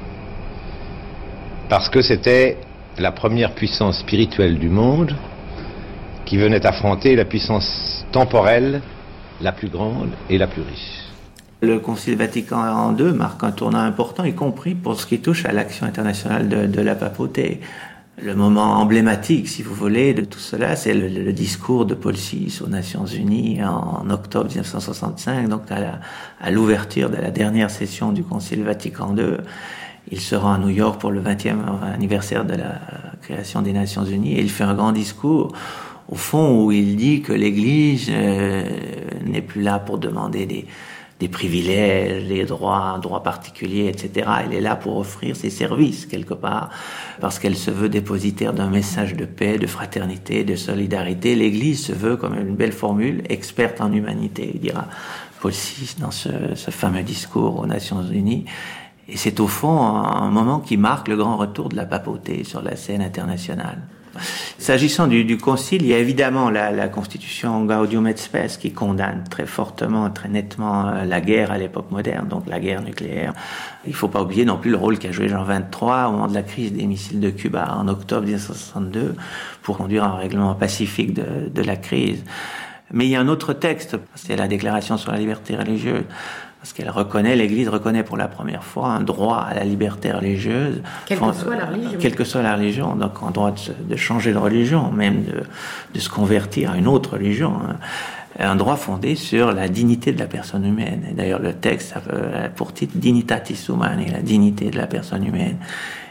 parce que c'était la première puissance spirituelle du monde qui venait affronter la puissance temporelle la plus grande et la plus riche. Le Concile Vatican deux marque un tournant important, y compris pour ce qui touche à l'action internationale de, de la papauté. Le moment emblématique, si vous voulez, de tout cela, c'est le, le discours de Paul six aux Nations Unies en, en octobre dix-neuf cent soixante-cinq, donc à, la, à l'ouverture de la dernière session du Concile Vatican deux. Il se rend à New York pour le vingtième anniversaire de la création des Nations Unies et il fait un grand discours, au fond, où il dit que l'Église euh, n'est plus là pour demander des, des privilèges, des droits, un droit particulier, et cetera. Elle est là pour offrir ses services, quelque part, parce qu'elle se veut dépositaire d'un message de paix, de fraternité, de solidarité. L'Église se veut, comme une belle formule, experte en humanité, il dira Paul six dans ce, ce fameux discours aux Nations Unies. Et c'est au fond un moment qui marque le grand retour de la papauté sur la scène internationale. S'agissant du, du concile, il y a évidemment la, la constitution Gaudium et Spes qui condamne très fortement, très nettement la guerre à l'époque moderne, donc la guerre nucléaire. Il ne faut pas oublier non plus le rôle qu'a joué Jean vingt-trois au moment de la crise des missiles de Cuba en octobre dix-neuf cent soixante-deux pour conduire un règlement pacifique de, de la crise. Mais il y a un autre texte, c'est la Déclaration sur la liberté religieuse, parce qu'elle reconnaît, l'Église reconnaît pour la première fois un droit à la liberté religieuse. Quelle que soit la religion. Quelle que soit la religion, donc un droit de, de changer de religion, même de, de se convertir à une autre religion. Hein. Un droit fondé sur la dignité de la personne humaine. Et d'ailleurs, le texte a pour titre Dignitatis Humanae, la dignité de la personne humaine.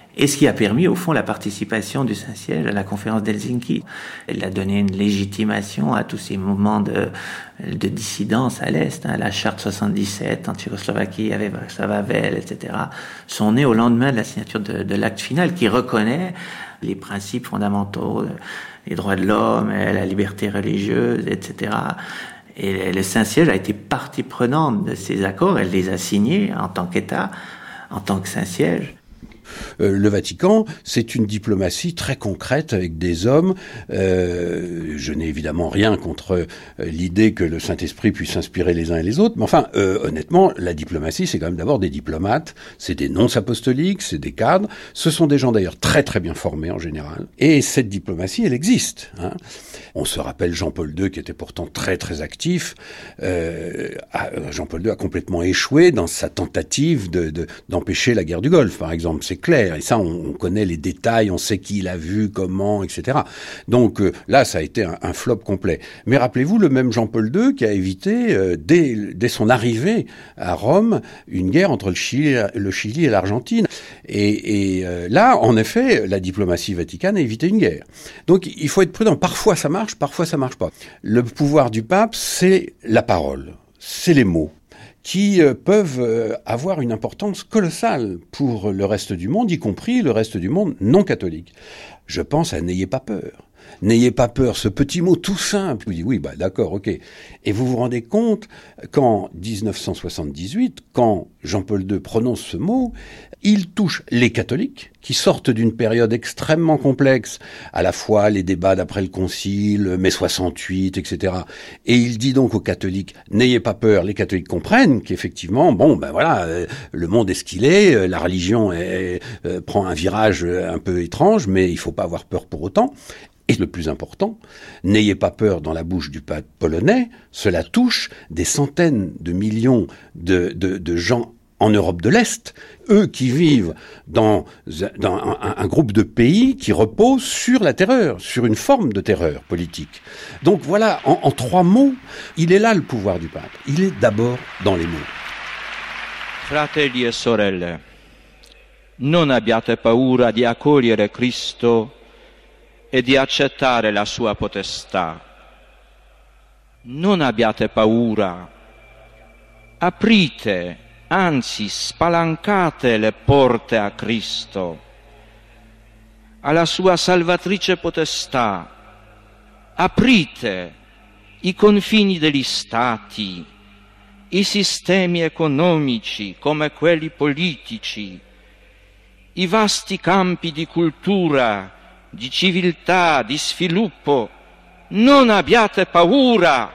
Et ce qui a permis, au fond, la participation du Saint-Siège à la conférence d'Helsinki. Elle a donné une légitimation à tous ces mouvements de, de dissidence à l'Est. Hein. La charte soixante-dix-sept en Tchécoslovaquie, avec Václav Havel, et cetera, sont nées au lendemain de la signature de, de l'acte final qui reconnaît les principes fondamentaux, les droits de l'homme, la liberté religieuse, et cetera. Et le Saint-Siège a été partie prenante de ces accords. Elle les a signés en tant qu'État, en tant que Saint-Siège. Euh, le Vatican, c'est une diplomatie très concrète avec des hommes. Euh, je n'ai évidemment rien contre euh, l'idée que le Saint-Esprit puisse inspirer les uns et les autres, mais enfin, euh, honnêtement, la diplomatie, c'est quand même d'abord des diplomates, c'est des nonces apostoliques, c'est des cadres. Ce sont des gens d'ailleurs très très bien formés en général. Et cette diplomatie, elle existe. Hein. On se rappelle Jean-Paul deux, qui était pourtant très très actif. Euh, Jean-Paul deux a complètement échoué dans sa tentative de, de, d'empêcher la guerre du Golfe, par exemple. C'est clair. Et ça, on, on connaît les détails, on sait qui l'a vu, comment, et cetera. Donc euh, là, ça a été un, un flop complet. Mais rappelez-vous, le même Jean-Paul deux qui a évité, euh, dès, dès son arrivée à Rome, une guerre entre le Chili, le Chili et l'Argentine. Et, et euh, là, en effet, la diplomatie vaticane a évité une guerre. Donc il faut être prudent. Parfois ça marche, parfois ça marche pas. Le pouvoir du pape, c'est la parole, c'est les mots, qui euh, peuvent euh, avoir une importance colossale pour le reste du monde, y compris le reste du monde non catholique. Je pense à « n'ayez pas peur ». N'ayez pas peur, ce petit mot tout simple. Vous dites, oui, bah d'accord, ok. Et vous vous rendez compte qu'en dix-neuf cent soixante-dix-huit, quand Jean-Paul deux prononce ce mot, il touche les catholiques, qui sortent d'une période extrêmement complexe, à la fois les débats d'après le Concile, mai soixante-huit, et cetera. Et il dit donc aux catholiques, n'ayez pas peur, les catholiques comprennent qu'effectivement, bon, ben voilà, euh, le monde est ce qu'il est, euh, la religion est, euh, prend un virage un peu étrange, mais il faut pas avoir peur pour autant. Et le plus important, n'ayez pas peur dans la bouche du pape polonais, cela touche des centaines de millions de, de, de gens en Europe de l'Est, eux qui vivent dans, dans un, un groupe de pays qui repose sur la terreur, sur une forme de terreur politique. Donc voilà, en, en trois mots, il est là le pouvoir du pape. Il est d'abord dans les mots. Fratelli e sorelle, non abbiate paura di accogliere Cristo e di accettare la sua potestà. Non abbiate paura. Aprite, anzi spalancate le porte a Cristo, alla sua salvatrice potestà. Aprite i confini degli stati, i sistemi economici come quelli politici, i vasti campi di cultura, di civiltà, di sviluppo. Non abbiate paura.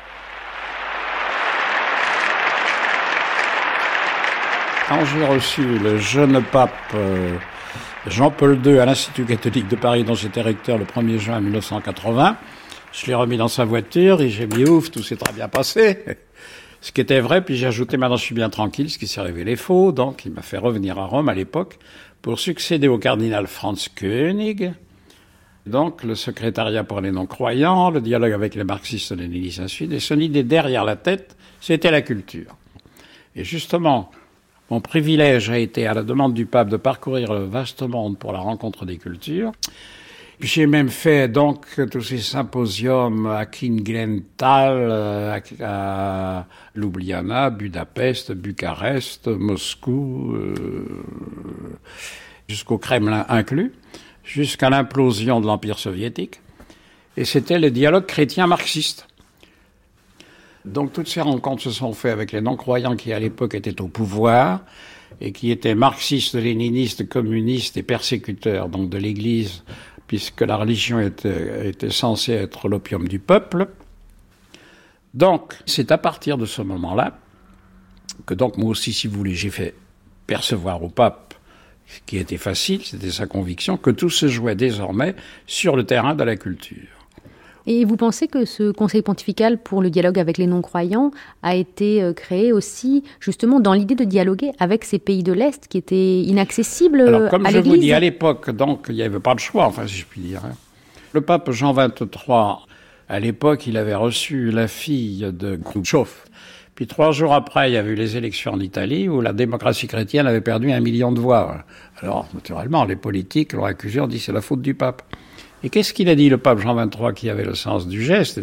Quand j'ai reçu le jeune pape euh, Jean-Paul deux à l'Institut catholique de Paris, dont j'étais recteur le premier juin mille neuf cent quatre-vingts, je l'ai remis dans sa voiture et j'ai dit ouf, tout s'est très bien passé. Ce qui était vrai, puis j'ai ajouté maintenant je suis bien tranquille, ce qui s'est révélé faux. Donc il m'a fait revenir à Rome à l'époque pour succéder au cardinal Franz Koenig. Donc, le secrétariat pour les non-croyants, le dialogue avec les marxistes-léninistes, ainsi de suite. Et son idée derrière la tête, c'était la culture. Et justement, mon privilège a été, à la demande du pape, de parcourir le vaste monde pour la rencontre des cultures. J'ai même fait donc tous ces symposiums à Klingenthal, à, à Ljubljana, Budapest, Bucarest, Moscou, euh, jusqu'au Kremlin inclus, jusqu'à l'implosion de l'Empire soviétique. Et c'était le dialogue chrétien-marxiste. Donc toutes ces rencontres se sont faites avec les non-croyants qui à l'époque étaient au pouvoir et qui étaient marxistes, léninistes, communistes et persécuteurs donc de l'Église, puisque la religion était, était censée être l'opium du peuple. Donc c'est à partir de ce moment-là que donc moi aussi, si vous voulez, j'ai fait percevoir au pape, ce qui était facile, c'était sa conviction, que tout se jouait désormais sur le terrain de la culture. Et vous pensez que ce conseil pontifical pour le dialogue avec les non-croyants a été créé aussi, justement, dans l'idée de dialoguer avec ces pays de l'Est qui étaient inaccessibles à l'Église ? Alors, comme je vous dis, à l'époque, donc, il n'y avait pas de choix, enfin, si je puis dire. Le pape Jean vingt-trois, à l'époque, il avait reçu la fille de Khrouchtchev, Puis trois jours après, il y a eu les élections en Italie où la démocratie chrétienne avait perdu un million de voix. Alors, naturellement, les politiques l'ont accusé, ont dit c'est la faute du pape. Et qu'est-ce qu'il a dit, le pape Jean vingt-trois, qui avait le sens du geste?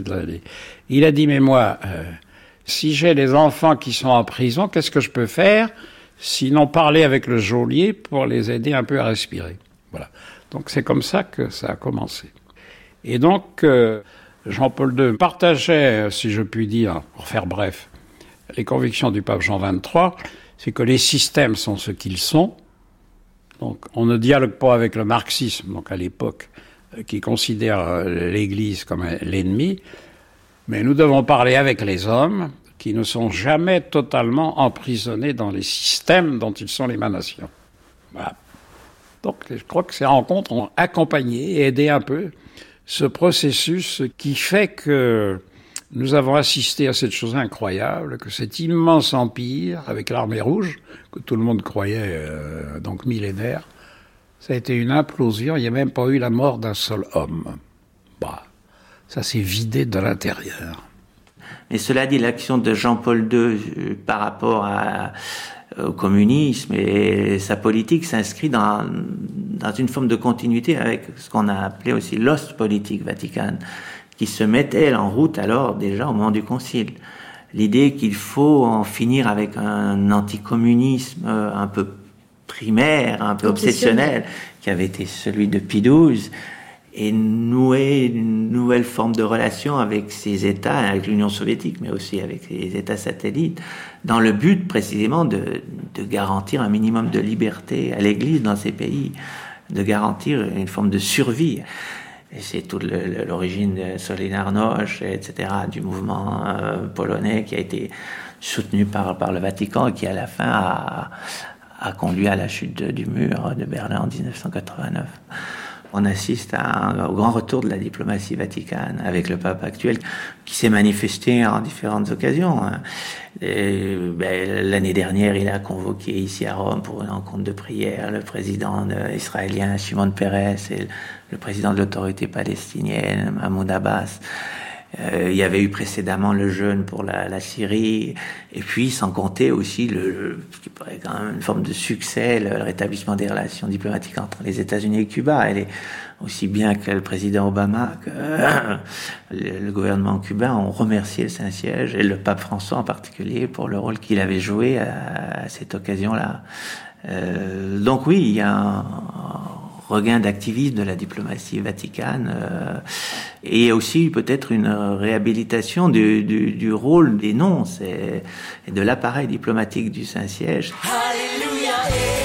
Il a dit, mais moi, euh, si j'ai des enfants qui sont en prison, qu'est-ce que je peux faire sinon parler avec le geôlier pour les aider un peu à respirer? Voilà. Donc c'est comme ça que ça a commencé. Et donc, euh, Jean-Paul deux partageait, si je puis dire, pour faire bref, les convictions du pape Jean vingt-trois, c'est que les systèmes sont ce qu'ils sont. Donc on ne dialogue pas avec le marxisme, donc à l'époque, qui considère l'Église comme l'ennemi, mais nous devons parler avec les hommes qui ne sont jamais totalement emprisonnés dans les systèmes dont ils sont l'émanation. Voilà. Donc je crois que ces rencontres ont accompagné et aidé un peu ce processus qui fait que nous avons assisté à cette chose incroyable, que cet immense empire, avec l'armée rouge, que tout le monde croyait euh, donc millénaire, ça a été une implosion, il n'y a même pas eu la mort d'un seul homme. Bah, ça s'est vidé de l'intérieur. Mais cela dit, l'action de Jean-Paul deux euh, par rapport à, au communisme et sa politique s'inscrit dans, dans une forme de continuité avec ce qu'on a appelé aussi l'Ostpolitik Vaticane, qui se met, elle, en route alors déjà au moment du Concile. L'idée qu'il faut en finir avec un anticommunisme un peu primaire, un peu obsessionnel, qui avait été celui de Pie douze, et nouer une nouvelle forme de relation avec ces États, avec l'Union soviétique, mais aussi avec les États satellites, dans le but précisément de, de garantir un minimum de liberté à l'Église dans ces pays, de garantir une forme de survie. Et c'est toute le, l'origine de Solidarność, et cetera, du mouvement euh, polonais qui a été soutenu par, par le Vatican et qui, à la fin, a, a conduit à la chute de, du mur de Berlin en dix-neuf cent quatre-vingt-neuf. On assiste à un, au grand retour de la diplomatie vaticane avec le pape actuel qui s'est manifesté en différentes occasions. Et, ben, l'année dernière, il a convoqué ici à Rome pour une rencontre de prière le président israélien Shimon Peres et le président de l'autorité palestinienne Mahmoud Abbas. Euh, il y avait eu précédemment le jeûne pour la, la Syrie, et puis sans compter aussi le, le ce qui paraît quand même une forme de succès, le, le rétablissement des relations diplomatiques entre les États-Unis et Cuba. Elle est aussi bien que le président Obama que euh, le, le gouvernement cubain ont remercié le Saint-Siège et le pape François en particulier pour le rôle qu'il avait joué à, à cette occasion-là. Euh, donc oui, il y a un, regain d'activisme de la diplomatie vaticane euh, et aussi peut-être une réhabilitation du, du, du rôle des nonces et, et de l'appareil diplomatique du Saint-Siège. Alléluia.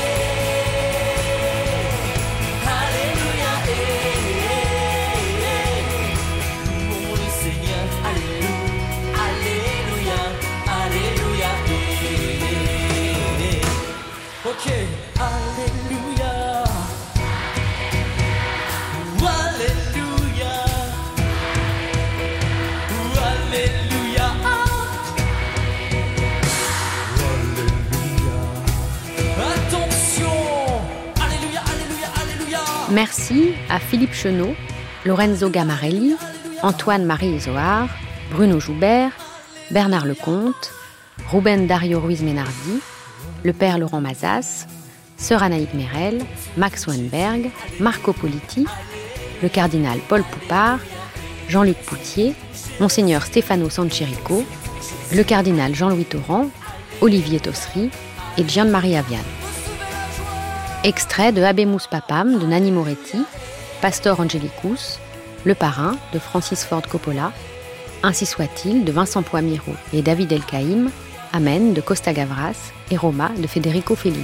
Merci à Philippe Chenot, Lorenzo Gamarelli, Antoine-Marie Isoard, Bruno Joubert, Bernard Lecomte, Ruben Dario Ruiz Menardi, le père Laurent Mazas, sœur Anaïd Merel, Max Weinberg, Marco Politi, le cardinal Paul Poupard, Jean-Luc Poutier, Monseigneur Stefano Sancherico, le cardinal Jean-Louis Torrent, Olivier Tossery et Gian-Maria Vian. Extrait de Habemus Papam de Nanni Moretti, Pastor Angelicus, Le Parrain de Francis Ford Coppola, Ainsi soit-il de Vincent Poimiro et David Elkaïm, Amen de Costa Gavras et Roma de Federico Fellini.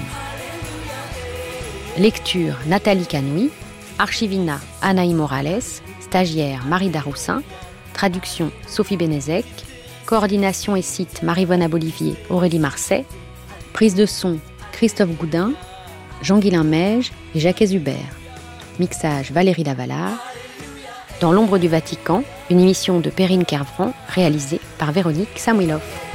Lecture Nathalie Canoui, Archivina Anaï Morales, stagiaire Marie Daroussin, traduction Sophie Bénézec, coordination et site Marie-Vonne Bolivier, Aurélie Marseille, prise de son Christophe Goudin, Jean-Guilain Meige et Jacques Hubert. Mixage Valérie Lavalard. Dans l'ombre du Vatican, une émission de Perrine Kervran réalisée par Véronique Samuilov.